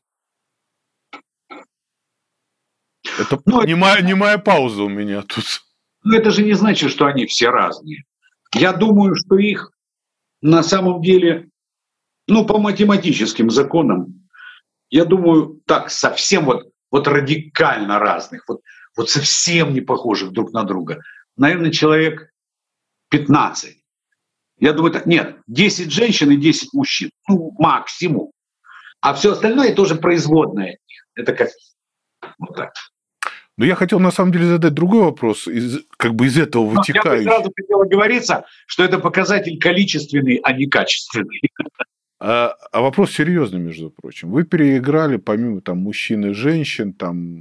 Это ну, немая, немая пауза у меня тут. Но это же не значит, что они все разные. Я думаю, что их на самом деле, ну, по математическим законам, я думаю, так, совсем вот, вот радикально разных, вот, вот совсем не похожих друг на друга. Наверное, человек пятнадцать. Я думаю, так, нет, десять женщин и десять мужчин. Ну, максимум. А все остальное тоже производное. Это как вот так. Но я хотел на самом деле задать другой вопрос, из, как бы из этого вытекающий. Я бы сразу хотел оговориться, что это показатель количественный, а не качественный. А, а вопрос серьезный, между прочим. Вы переиграли, помимо там мужчин и женщин, там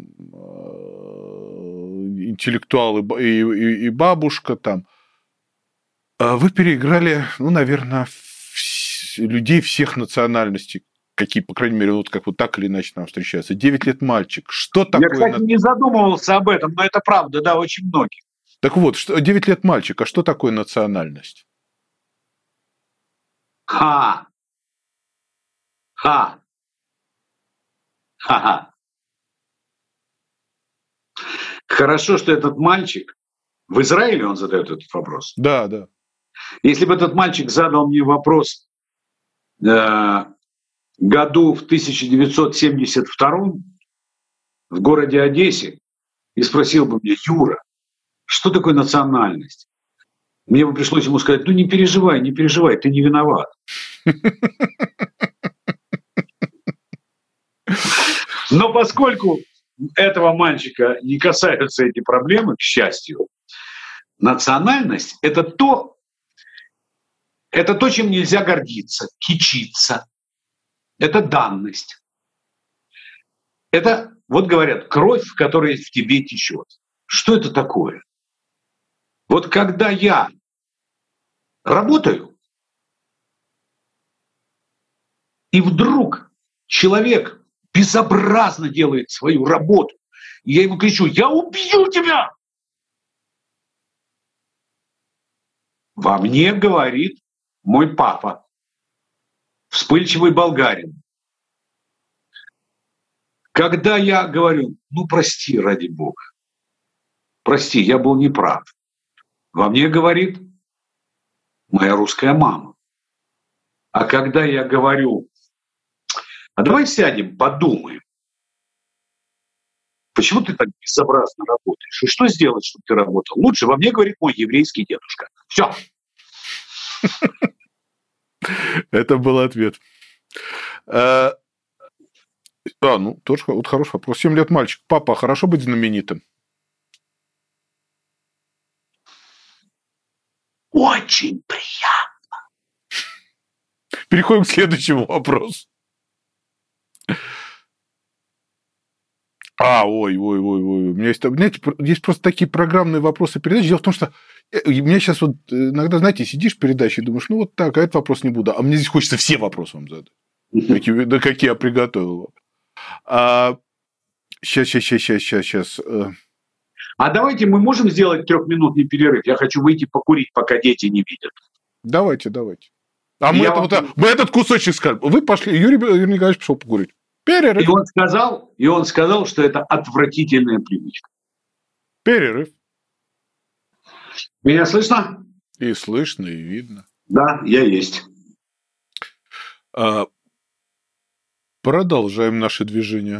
интеллектуалы и, и, и бабушка, там, вы переиграли, ну, наверное, людей всех национальностей. Какие, по крайней мере, вот как вот так или иначе нам встречаются. девять лет мальчик. Что такое? Я, кстати, не задумывался об этом, но это правда, да, очень многие. Так вот, что, девять лет мальчик, а что такое национальность? Ха! Ха! Ха-ха! Хорошо, что этот мальчик... В Израиле он задает этот вопрос? Да, да. Если бы этот мальчик задал мне вопрос... Э- году в тысяча девятьсот семьдесят втором в городе Одессе и спросил бы меня: Юра, что такое национальность? Мне бы пришлось ему сказать: ну не переживай, не переживай, ты не виноват. Но поскольку этого мальчика не касаются эти проблемы, к счастью, национальность – это то, это то, чем нельзя гордиться, кичиться. Это данность. Это, вот говорят, кровь, которая в тебе течет. Что это такое? Вот когда я работаю, и вдруг человек безобразно делает свою работу, и я ему кричу: я убью тебя! Во мне говорит мой папа, вспыльчивый болгарин. Когда я говорю: ну прости, ради бога, прости, я был неправ, во мне говорит моя русская мама. А когда я говорю: а давай сядем, подумаем, почему ты так безобразно работаешь, и что сделать, чтобы ты работал лучше, во мне говорит мой еврейский дедушка. Все. Это был ответ. А, ну, тоже вот хороший вопрос. семь лет мальчик. Папа, хорошо быть знаменитым? Очень приятно. Переходим к следующему вопросу. А, ой, ой, ой, ой. У меня есть, знаете, есть просто такие программные вопросы передачи. Дело в том, что у меня сейчас вот иногда, знаете, сидишь в передаче и думаешь: ну вот так, а этот вопрос не буду. А мне здесь хочется все вопросы вам задать. Какие, да какие я приготовил. А, сейчас, сейчас, сейчас, сейчас, сейчас. А давайте мы можем сделать трехминутный перерыв? Я хочу выйти покурить, пока дети не видят. Давайте, давайте. А мы, это, вам... вот, мы этот кусочек скажем. Вы пошли, Юрий, Юрий Николаевич пошел покурить. Перерыв. И он сказал, и он сказал, что это отвратительная привычка. Перерыв. Меня слышно? И слышно, и видно. Да, я есть. А, продолжаем наше движение.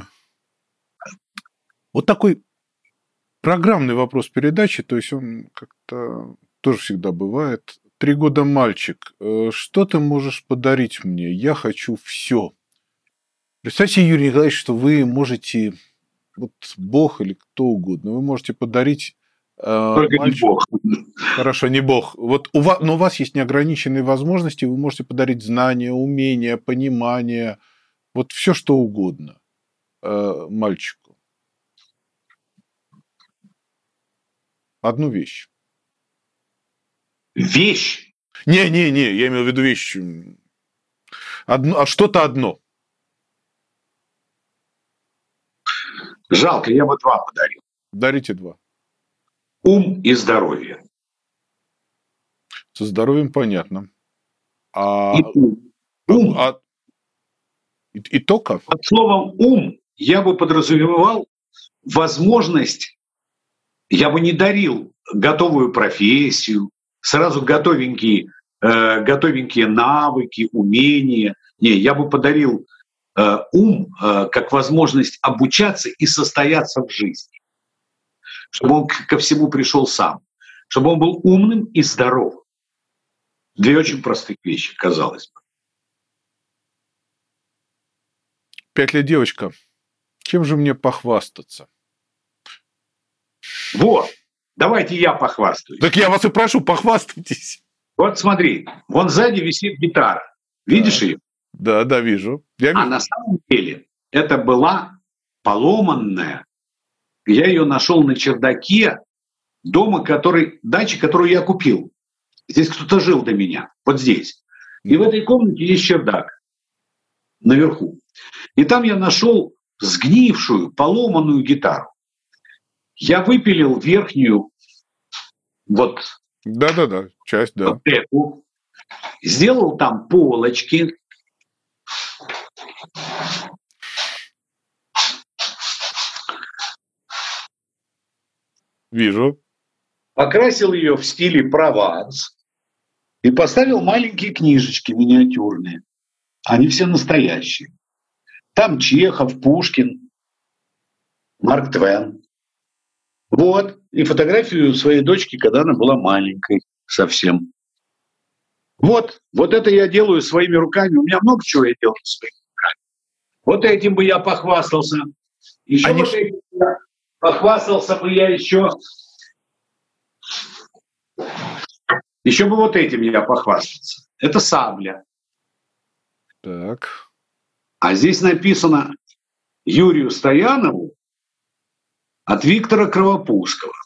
Вот такой программный вопрос передачи, то есть он как-то тоже всегда бывает. Три года мальчик. Что ты можешь подарить мне? Я хочу все. Представьте, Юрий Николаевич, что вы можете, вот Бог или кто угодно, вы можете подарить Э, Только не мальчик... Бог. Хорошо, не Бог. Вот у вас, но у вас есть неограниченные возможности, вы можете подарить знания, умения, понимание, вот все что угодно э, мальчику. Одну вещь. Вещь. Не-не-не, я имею в виду вещь. Одно, а что-то одно. Жалко, я бы два подарил. Дарите два. Ум и здоровье. Со здоровьем понятно. А, И ум. Ум. а, и, и только? Под словом «ум» я бы подразумевал возможность, я бы не дарил готовую профессию, сразу готовенькие, э, готовенькие навыки, умения. Не, я бы подарил э, ум э, как возможность обучаться и состояться в жизни. Чтобы он ко всему пришел сам. Чтобы он был умным и здоров. Две очень простых вещи, казалось бы. Пять лет девочка. Чем же мне похвастаться? Вот, давайте я похвастаюсь. Так я вас и прошу, похвастайтесь. Вот смотри, вон сзади висит гитара. Видишь да. ее? Да, да, вижу. Я вижу. А на самом деле это была поломанная. Я ее нашел на чердаке дома, который, дачи, которую я купил. Здесь кто-то жил до меня, вот здесь. И в этой комнате есть чердак наверху. И там я нашел сгнившую, поломанную гитару. Я выпилил верхнюю, вот, да-да-да, часть, да. вот эту, сделал там полочки. Вижу. Покрасил ее в стиле Прованс и поставил маленькие книжечки миниатюрные. Они все настоящие. Там Чехов, Пушкин, Марк Твен. Вот. И фотографию своей дочки, когда она была маленькой совсем. Вот. Вот это я делаю своими руками. У меня много чего я делаю своими руками. Вот этим бы я похвастался. Еще Они... вот этим я похвастался бы я еще... Еще бы вот этим я похвастался. Это сабля. Так. А здесь написано Юрию Стоянову от Виктора Кровопускова.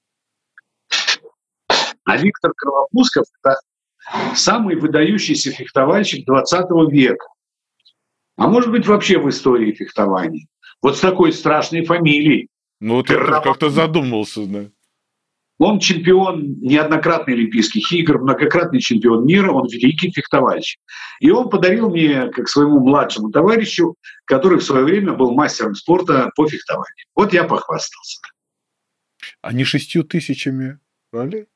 А Виктор Кровопусков – это самый выдающийся фехтовальщик двадцатого века. А может быть, вообще в истории фехтования. Вот с такой страшной фамилией. Ну, вот я как-то задумался, да. Он чемпион неоднократный Олимпийских игр, многократный чемпион мира, он великий фехтовальщик. И он подарил мне, как своему младшему товарищу, который в свое время был мастером спорта по фехтованию. Вот я похвастался. А не шестью тысячами, правильно?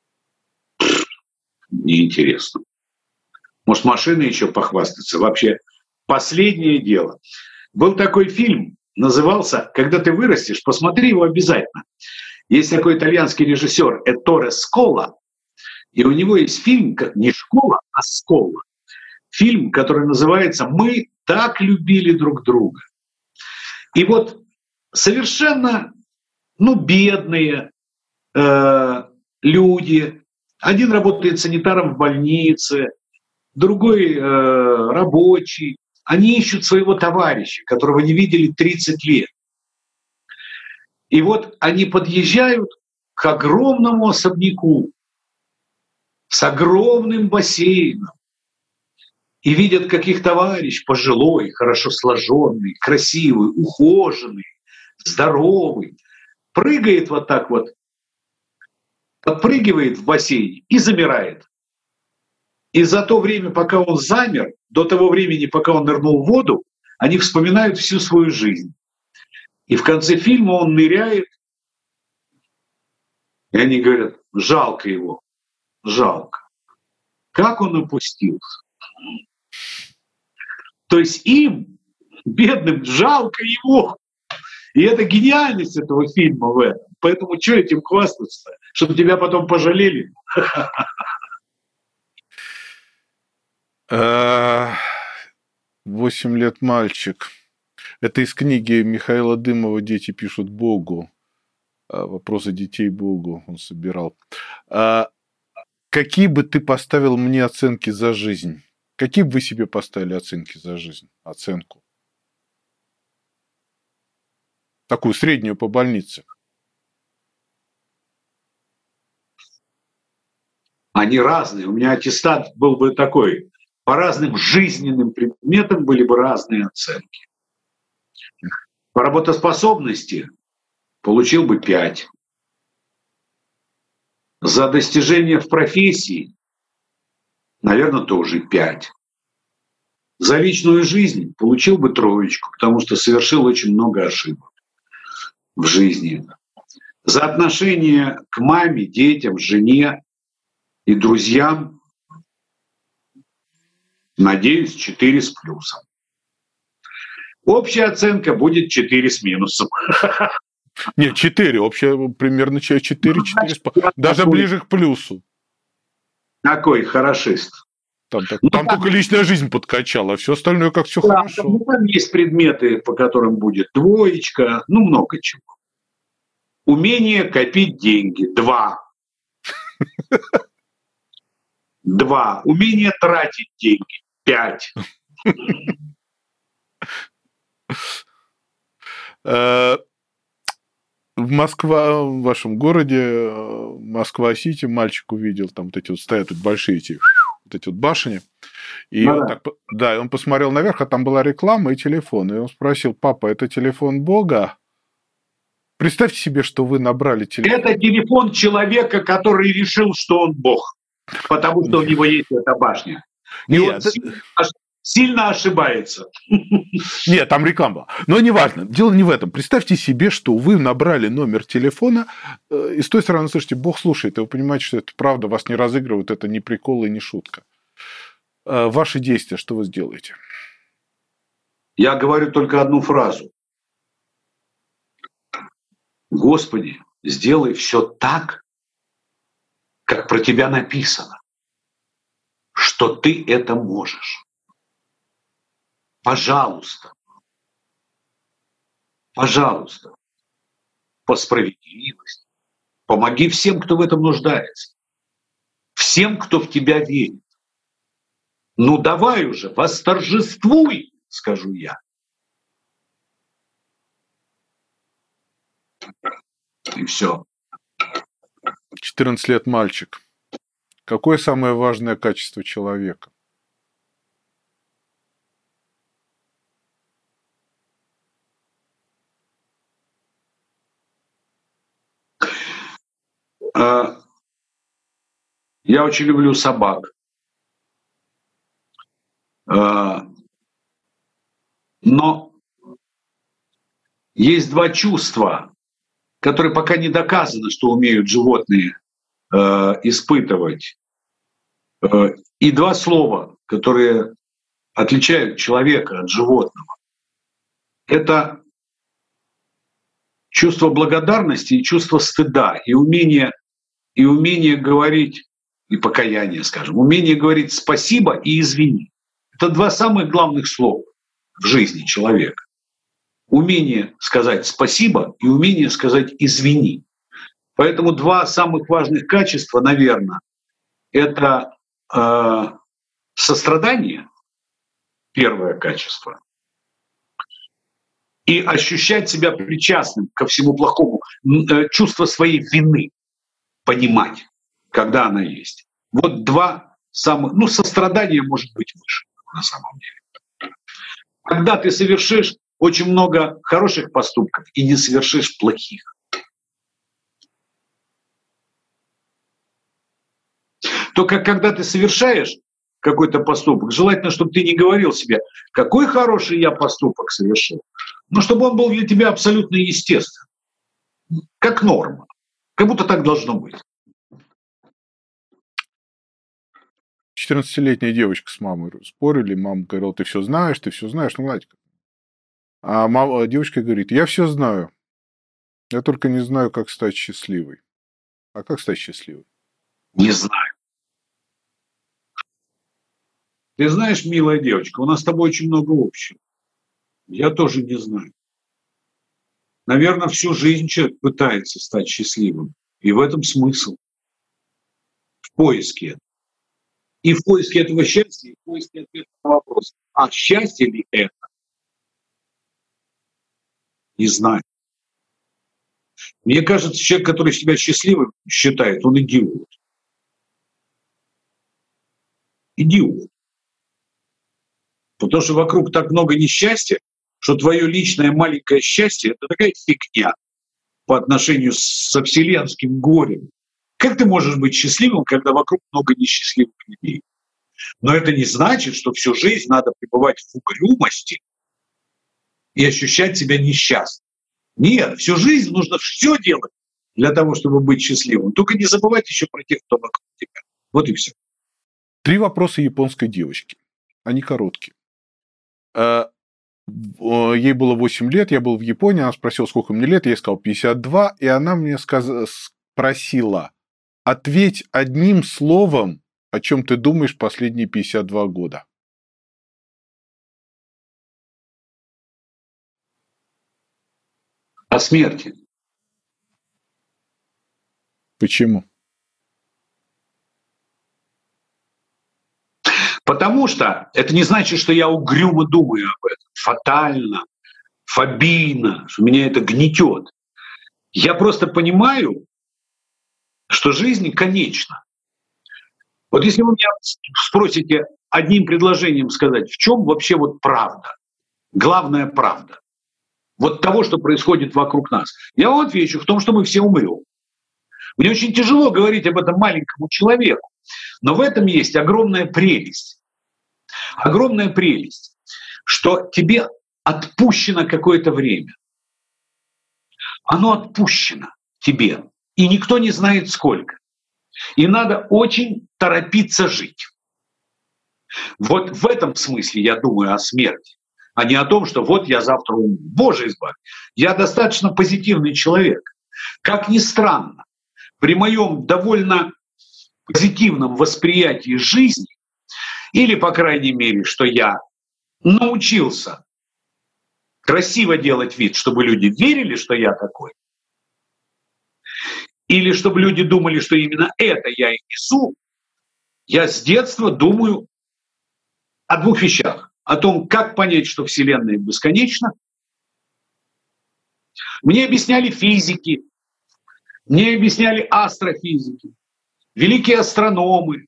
Неинтересно. Может, машины еще похвастаться? Вообще, последнее дело. Был такой фильм, назывался «Когда ты вырастешь», посмотри его обязательно. Есть такой итальянский режиссер Этторе Скола, и у него есть фильм, не «Школа», а «Скола». Фильм, который называется «Мы так любили друг друга». И вот совершенно, ну, бедные э, люди. Один работает санитаром в больнице, другой э, рабочий. Они ищут своего товарища, которого не видели тридцать лет. И вот они подъезжают к огромному особняку с огромным бассейном и видят, как их товарищ пожилой, хорошо сложенный, красивый, ухоженный, здоровый, прыгает вот так вот, подпрыгивает в бассейне и замирает. И за то время, пока он замер, до того времени, пока он нырнул в воду, они вспоминают всю свою жизнь. И в конце фильма он ныряет, и они говорят, жалко его, жалко. Как он опустился. То есть им, бедным, жалко его. И это гениальность этого фильма в этом. Поэтому что этим хвастаться? Чтобы тебя потом пожалели? Восемь лет мальчик. Это из книги Михаила Дымова «Дети пишут Богу». Вопросы детей Богу он собирал. А какие бы ты поставил мне оценки за жизнь? Какие бы вы себе поставили оценки за жизнь? Оценку. Такую среднюю по больнице. Они разные. У меня аттестат был бы такой. По разным жизненным предметам были бы разные оценки. По работоспособности получил бы пять. За достижения в профессии, наверное, тоже пять. За личную жизнь получил бы троечку, потому что совершил очень много ошибок в жизни. За отношение к маме, детям, жене и друзьям, надеюсь, четыре с плюсом. Общая оценка будет четыре с минусом. Нет, четыре. Общая примерно четыре, четыре. Даже ближе к плюсу. Какой хорошист. Там, так, ну, там, там только личная жизнь подкачала, а все остальное как все да, хорошо. Там, там есть предметы, по которым будет двоечка, ну много чего. Умение копить деньги. Два. Два. Умение тратить деньги. Пять. В Москва, в вашем городе, Москва-Сити, мальчик увидел, там вот эти вот стоят вот большие эти, вот эти вот башни. И ну, он да. так, да, он посмотрел наверх, а там была реклама и телефон. И он спросил: папа, это телефон Бога? Представьте себе, что вы набрали телефон. Это телефон человека, который решил, что он Бог. Потому что у него есть эта башня. И Нет, он это... сильно, сильно ошибается. Нет, там реклама была. Но неважно. Дело не в этом. Представьте себе, что вы набрали номер телефона, и с той стороны слышите: Бог слушает, и вы понимаете, что это правда, вас не разыгрывают, это не прикол и не шутка. Ваши действия, что вы сделаете? Я говорю только одну фразу. Господи, сделай все так, как про тебя написано, что ты это можешь. Пожалуйста. Пожалуйста. По справедливости. Помоги всем, кто в этом нуждается. Всем, кто в тебя верит. Ну давай уже, восторжествуй, скажу я. И все. четырнадцать лет мальчик. Какое самое важное качество человека? Я очень люблю собак. Но есть два чувства, которые пока не доказано, что умеют животные испытывать. И два слова, которые отличают человека от животного. Это чувство благодарности и чувство стыда, и умение, и умение говорить, и покаяние, скажем, умение говорить спасибо и извини. Это два самых главных слова в жизни человека. Умение сказать спасибо и умение сказать извини. Поэтому два самых важных качества, наверное, это э, сострадание, первое качество, и ощущать себя причастным ко всему плохому, э, чувство своей вины, понимать, когда она есть. Вот два самых, ну, сострадание может быть выше на самом деле. Когда ты совершишь очень много хороших поступков и не совершишь плохих. Только когда ты совершаешь какой-то поступок, желательно, чтобы ты не говорил себе, какой хороший я поступок совершил, но чтобы он был для тебя абсолютно естественным, как норма, как будто так должно быть. четырнадцатилетняя девочка с мамой спорили, мама говорила: ты все знаешь, ты все знаешь, ну, Владик. А мама, девочка говорит: я все знаю, я только не знаю, как стать счастливой. А как стать счастливой? Не знаю. Ты знаешь, милая девочка, у нас с тобой очень много общего. Я тоже не знаю. Наверное, всю жизнь человек пытается стать счастливым. И в этом смысл. В поиске. И в поиске этого счастья, и в поиске ответа на вопрос, а счастье ли это? Не знаю. Мне кажется, человек, который себя счастливым считает, он идиот. Идиот. Потому что вокруг так много несчастья, что твое личное маленькое счастье – это такая фигня по отношению со вселенским горем. Как ты можешь быть счастливым, когда вокруг много несчастливых людей? Но это не значит, что всю жизнь надо пребывать в угрюмости и ощущать себя несчастным. Нет, всю жизнь нужно все делать для того, чтобы быть счастливым. Только не забывать еще про тех, кто вокруг тебя. Вот и все. Три вопроса японской девочки. Они короткие. Ей было восемь лет, я был в Японии, она спросила, сколько мне лет, я ей сказал пятьдесят два, и она мне сказ... спросила, ответь одним словом, о чем ты думаешь последние пятьдесят два года. О смерти. Почему? Потому что это не значит, что я угрюмо думаю об этом, фатально, фобийно, что меня это гнетет. Я просто понимаю, что жизнь конечна. Вот если вы меня спросите одним предложением сказать, в чем вообще вот правда, главная правда, вот того, что происходит вокруг нас, я вам отвечу в том, что мы все умрем. Мне очень тяжело говорить об этом маленькому человеку, но в этом есть огромная прелесть. Огромная прелесть, что тебе отпущено какое-то время. Оно отпущено тебе, и никто не знает сколько. И надо очень торопиться жить. Вот в этом смысле я думаю о смерти, а не о том, что вот я завтра умру. Боже избавь. Я достаточно позитивный человек. Как ни странно, при моем довольно позитивном восприятии жизни, или, по крайней мере, что я научился красиво делать вид, чтобы люди верили, что я такой, или чтобы люди думали, что именно это я и несу, я с детства думаю о двух вещах. О том, как понять, что Вселенная бесконечна. Мне объясняли физики, мне объясняли астрофизики, великие астрономы,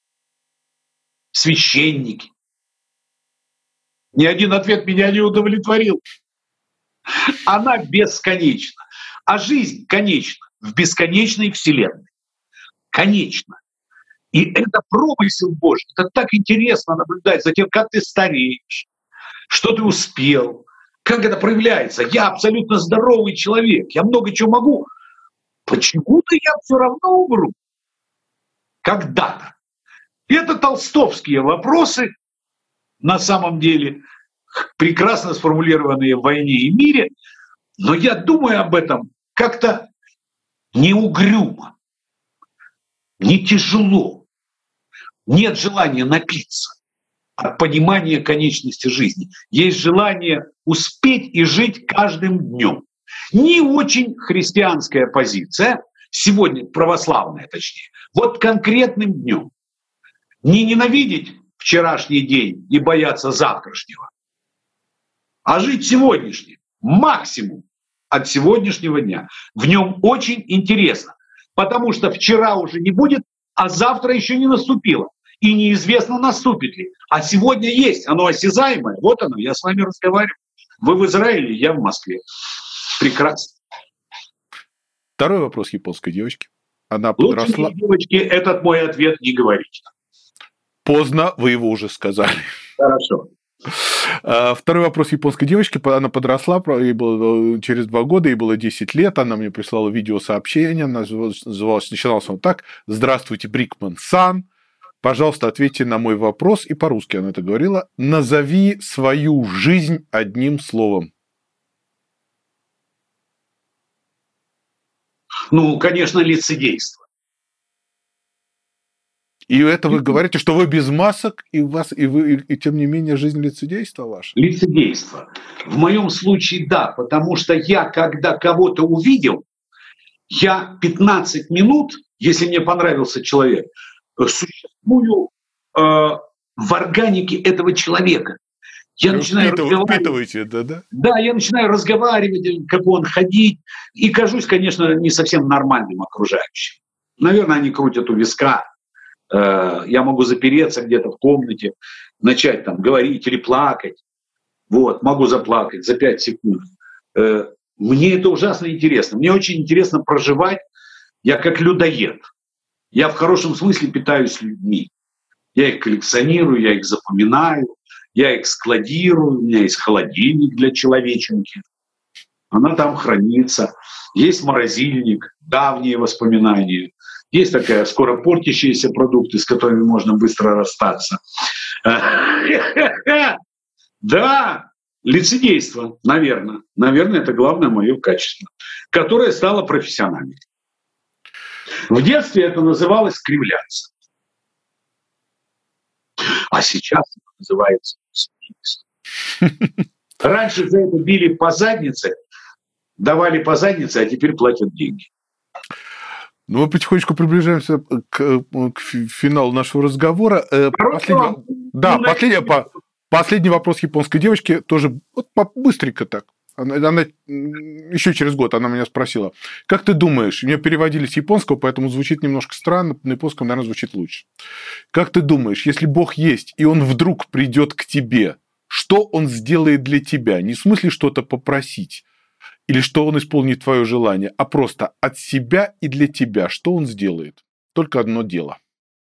священники. Ни один ответ меня не удовлетворил. Она бесконечна. А жизнь конечна в бесконечной Вселенной. Конечна. И это промысел Божий. Это так интересно наблюдать за тем, как ты стареешь, что ты успел, как это проявляется. Я абсолютно здоровый человек, я много чего могу. Почему-то я все равно умру. Когда-то. Это толстовские вопросы, на самом деле, прекрасно сформулированные в «Войне и мире», но я думаю об этом как-то не угрюмо, не тяжело. Нет желания напиться от понимания конечности жизни. Есть желание успеть и жить каждым днем. Не очень христианская позиция, сегодня православная точнее, вот конкретным днем. Не ненавидеть вчерашний день и бояться завтрашнего, а жить сегодняшним, максимум от сегодняшнего дня. В нем очень интересно, потому что вчера уже не будет, а завтра еще не наступило. И неизвестно, наступит ли. А сегодня есть, оно осязаемое. Вот оно, я с вами разговариваю. Вы в Израиле, я в Москве. Прекрасно. Второй вопрос японской девочки. Она подросла. Лучше, девочки, этот мой ответ не говорите. Поздно, вы его уже сказали. Хорошо. Второй вопрос японской девочки. Она подросла, ей было через два года, ей было десять лет. Она мне прислала видеосообщение, называлось, начиналось он так: «Здравствуйте, Брикман-сан. Пожалуйста, ответьте на мой вопрос». И по-русски она это говорила. «Назови свою жизнь одним словом». Ну, конечно, лицедейство. И это вы говорите, что вы без масок, и, у вас, и, вы, и, и тем не менее жизнь лицедейства ваша? Лицедейство. В моем случае да, потому что я, когда кого-то увидел, я пятнадцать минут, если мне понравился человек, существую э, в органике этого человека. Я начинаю разговаривать. Да, да? Да, я начинаю разговаривать, как он ходить, и кажусь, конечно, не совсем нормальным окружающим. Наверное, они крутят у виска. Я могу запереться где-то в комнате, начать там говорить или плакать. Вот, могу заплакать за пять секунд. Мне это ужасно интересно. Мне очень интересно проживать. Я как людоед. Я в хорошем смысле питаюсь людьми. Я их коллекционирую, я их запоминаю, я их складирую. У меня есть холодильник для человеченки. Она там хранится. Есть морозильник, давние воспоминания. Есть такая скоро портящиеся продукты, с которыми можно быстро расстаться. Да, лицедейство, наверное. Наверное, это главное мое качество, которое стало профессиональным. В детстве это называлось кривляться. А сейчас это называется лицедейство. Раньше за это били по заднице, давали по заднице, а теперь платят деньги. Ну, мы потихонечку приближаемся к, к финалу нашего разговора. Последний, да, последний, по, последний вопрос японской девочки, тоже вот, быстренько так. Она, она, еще через год она меня спросила, как ты думаешь, мне переводили с японского, поэтому звучит немножко странно, на японском, наверное, звучит лучше. Как ты думаешь, если Бог есть, и Он вдруг придет к тебе, что Он сделает для тебя? Не в смысле что-то попросить, или что Он исполнит твое желание, а просто от себя и для тебя. Что Он сделает? Только одно дело.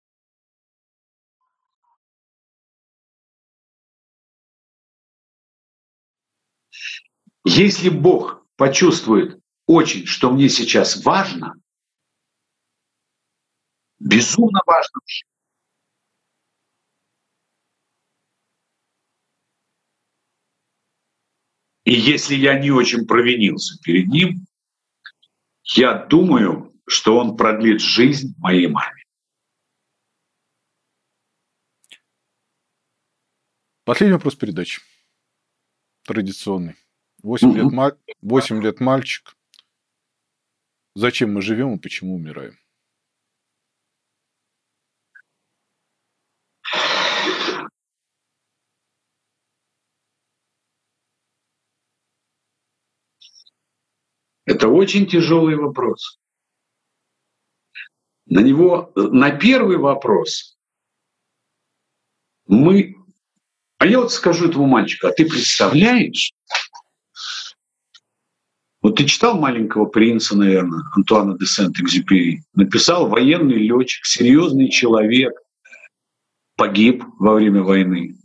Если Бог почувствует очень, что мне сейчас важно, безумно важно, и если я не очень провинился перед Ним, я думаю, что Он продлит жизнь моей маме. Последний вопрос передачи. Традиционный. Восемь лет, ма... восемь лет мальчик. Зачем мы живем и почему умираем? Это очень тяжелый вопрос. На него, на первый вопрос мы... А я вот скажу этому мальчику, а ты представляешь, вот ты читал «Маленького принца», наверное, Антуана де Сент-Экзюпери, написал военный летчик, серьезный человек, погиб во время войны.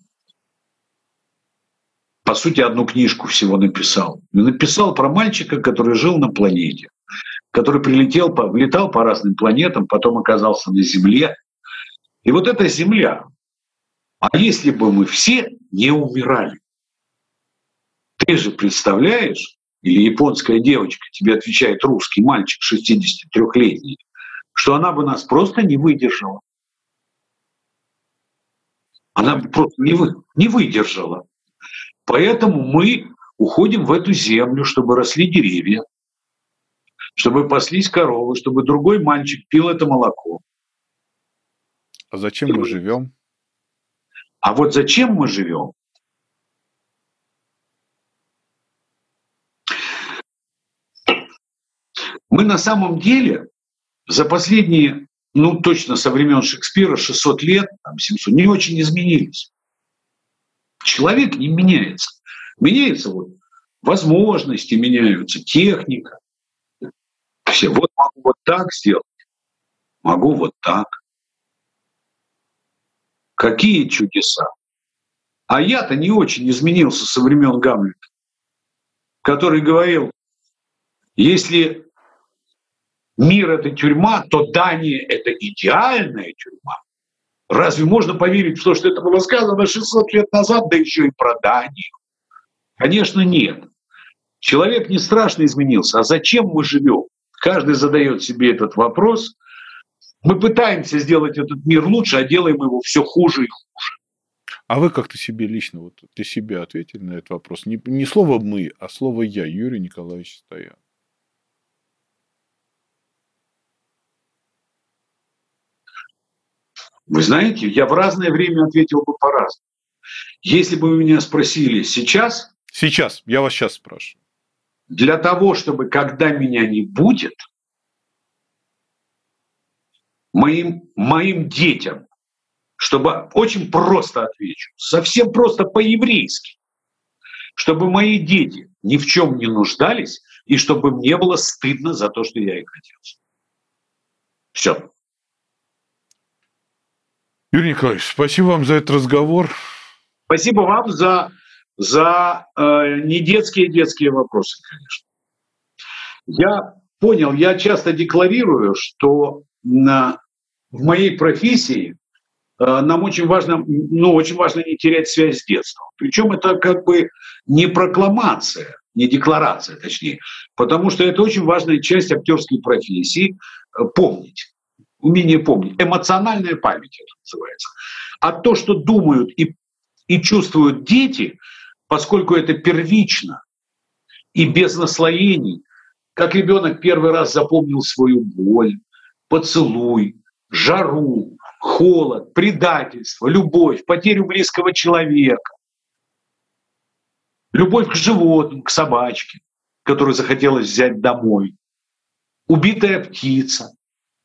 По сути, одну книжку всего написал. И написал про мальчика, который жил на планете, который прилетел, летал по разным планетам, потом оказался на Земле. И вот эта Земля, а если бы мы все не умирали? Ты же представляешь, или японская девочка, тебе отвечает русский мальчик шестидесятитрёхлетний, что она бы нас просто не выдержала. Она бы просто не, вы, не выдержала. Поэтому мы уходим в эту землю, чтобы росли деревья, чтобы паслись коровы, чтобы другой мальчик пил это молоко. А зачем мы живем? А вот зачем мы живем? Мы на самом деле за последние, ну точно со времен Шекспира, шестьсот лет, там, семьсот, не очень изменились. Человек не меняется. Меняются вот возможности, меняются техника. Все, вот могу вот так сделать, могу вот так. Какие чудеса. А я-то не очень изменился со времен Гамлета, который говорил, если мир — это тюрьма, то Дания — это идеальная тюрьма. Разве можно поверить в то, что это было сказано шестьсот лет назад, да еще и про Данию? Конечно, нет. Человек не страшно изменился. А зачем мы живем? Каждый задает себе этот вопрос. Мы пытаемся сделать этот мир лучше, а делаем его все хуже и хуже. А вы как-то себе лично, вот для себя ответили на этот вопрос? Не, не слово «мы», а слово «я», Юрий Николаевич Стоян. Вы знаете, я в разное время ответил бы по-разному. Если бы вы меня спросили сейчас... Сейчас, я вас сейчас спрашиваю. Для того, чтобы, когда меня не будет, моим, моим детям, чтобы, очень просто отвечу, совсем просто по-еврейски, чтобы мои дети ни в чем не нуждались, и чтобы мне было стыдно за то, что я их отец. Все. Юрий Николаевич, спасибо вам за этот разговор. Спасибо вам за, за э, не детские детские вопросы, конечно. Я понял, я часто декларирую, что на, в моей профессии э, нам очень важно, ну, очень важно не терять связь с детством. Причем это как бы не прокламация, не декларация, точнее, потому что это очень важная часть актерской профессии э, помнить. Умение помнить. Эмоциональная память это называется. А то, что думают и, и чувствуют дети, поскольку это первично и без наслоений, как ребенок первый раз запомнил свою боль, поцелуй, жару, холод, предательство, любовь, потерю близкого человека, любовь к животным, к собачке, которую захотелось взять домой, убитая птица,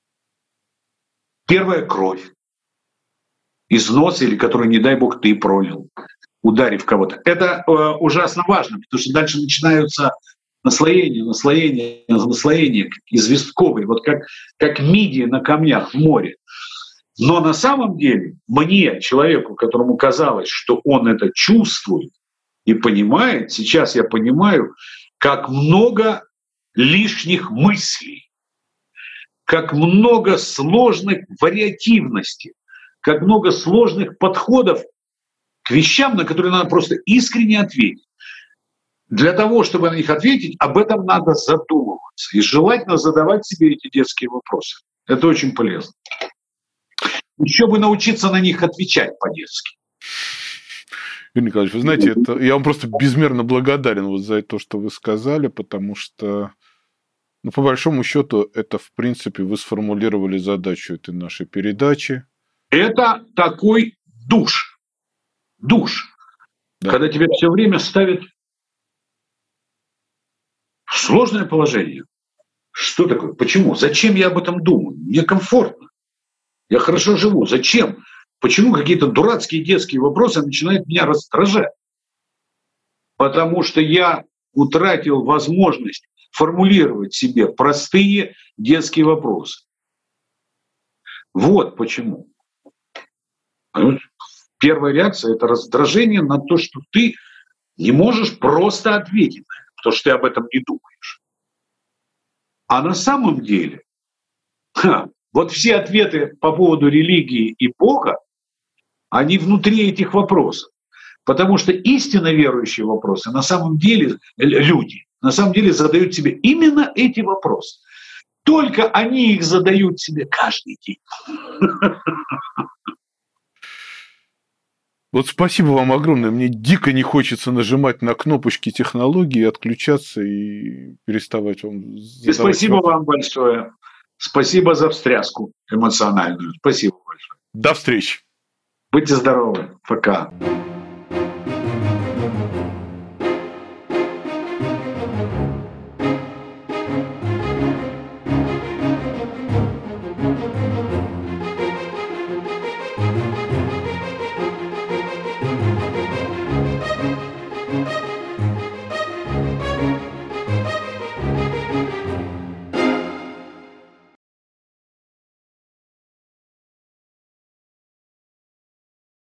первая кровь из носа, или которую, не дай бог, ты пролил, ударив кого-то. Это э, ужасно важно, потому что дальше начинаются наслоения, наслоения, наслоения известковые, вот как, как мидии на камнях в море. Но на самом деле мне, человеку, которому казалось, что он это чувствует и понимает, сейчас я понимаю, как много лишних мыслей, как много сложных вариативностей, как много сложных подходов к вещам, на которые надо просто искренне ответить. Для того, чтобы на них ответить, об этом надо задумываться. И желательно задавать себе эти детские вопросы. Это очень полезно. Еще бы научиться на них отвечать по-детски. Юрий Николаевич, вы знаете, это, я вам просто безмерно благодарен вот за то, что вы сказали, потому что, ну, по большому счету, это, в принципе, вы сформулировали задачу этой нашей передачи. Это такой душ. Душ. Да. Когда тебя все время ставят в сложное положение. Что такое? Почему? Зачем я об этом думаю? Мне комфортно. Я хорошо живу. Зачем? Почему какие-то дурацкие детские вопросы начинают меня раздражать? Потому что я утратил возможность формулировать себе простые детские вопросы. Вот почему. Первая реакция – это раздражение на то, что ты не можешь просто ответить на это, потому что ты об этом не думаешь. А на самом деле, ха, вот все ответы по поводу религии и Бога, они внутри этих вопросов. Потому что истинно верующие вопросы, на самом деле, люди, на самом деле задают себе именно эти вопросы. Только они их задают себе каждый день. Вот спасибо вам огромное. Мне дико не хочется нажимать на кнопочки технологии, отключаться и переставать вам задавать. И спасибо вопрос. Вам большое. Спасибо за встряску эмоциональную. Спасибо большое. До встречи. Будьте здоровы. Пока.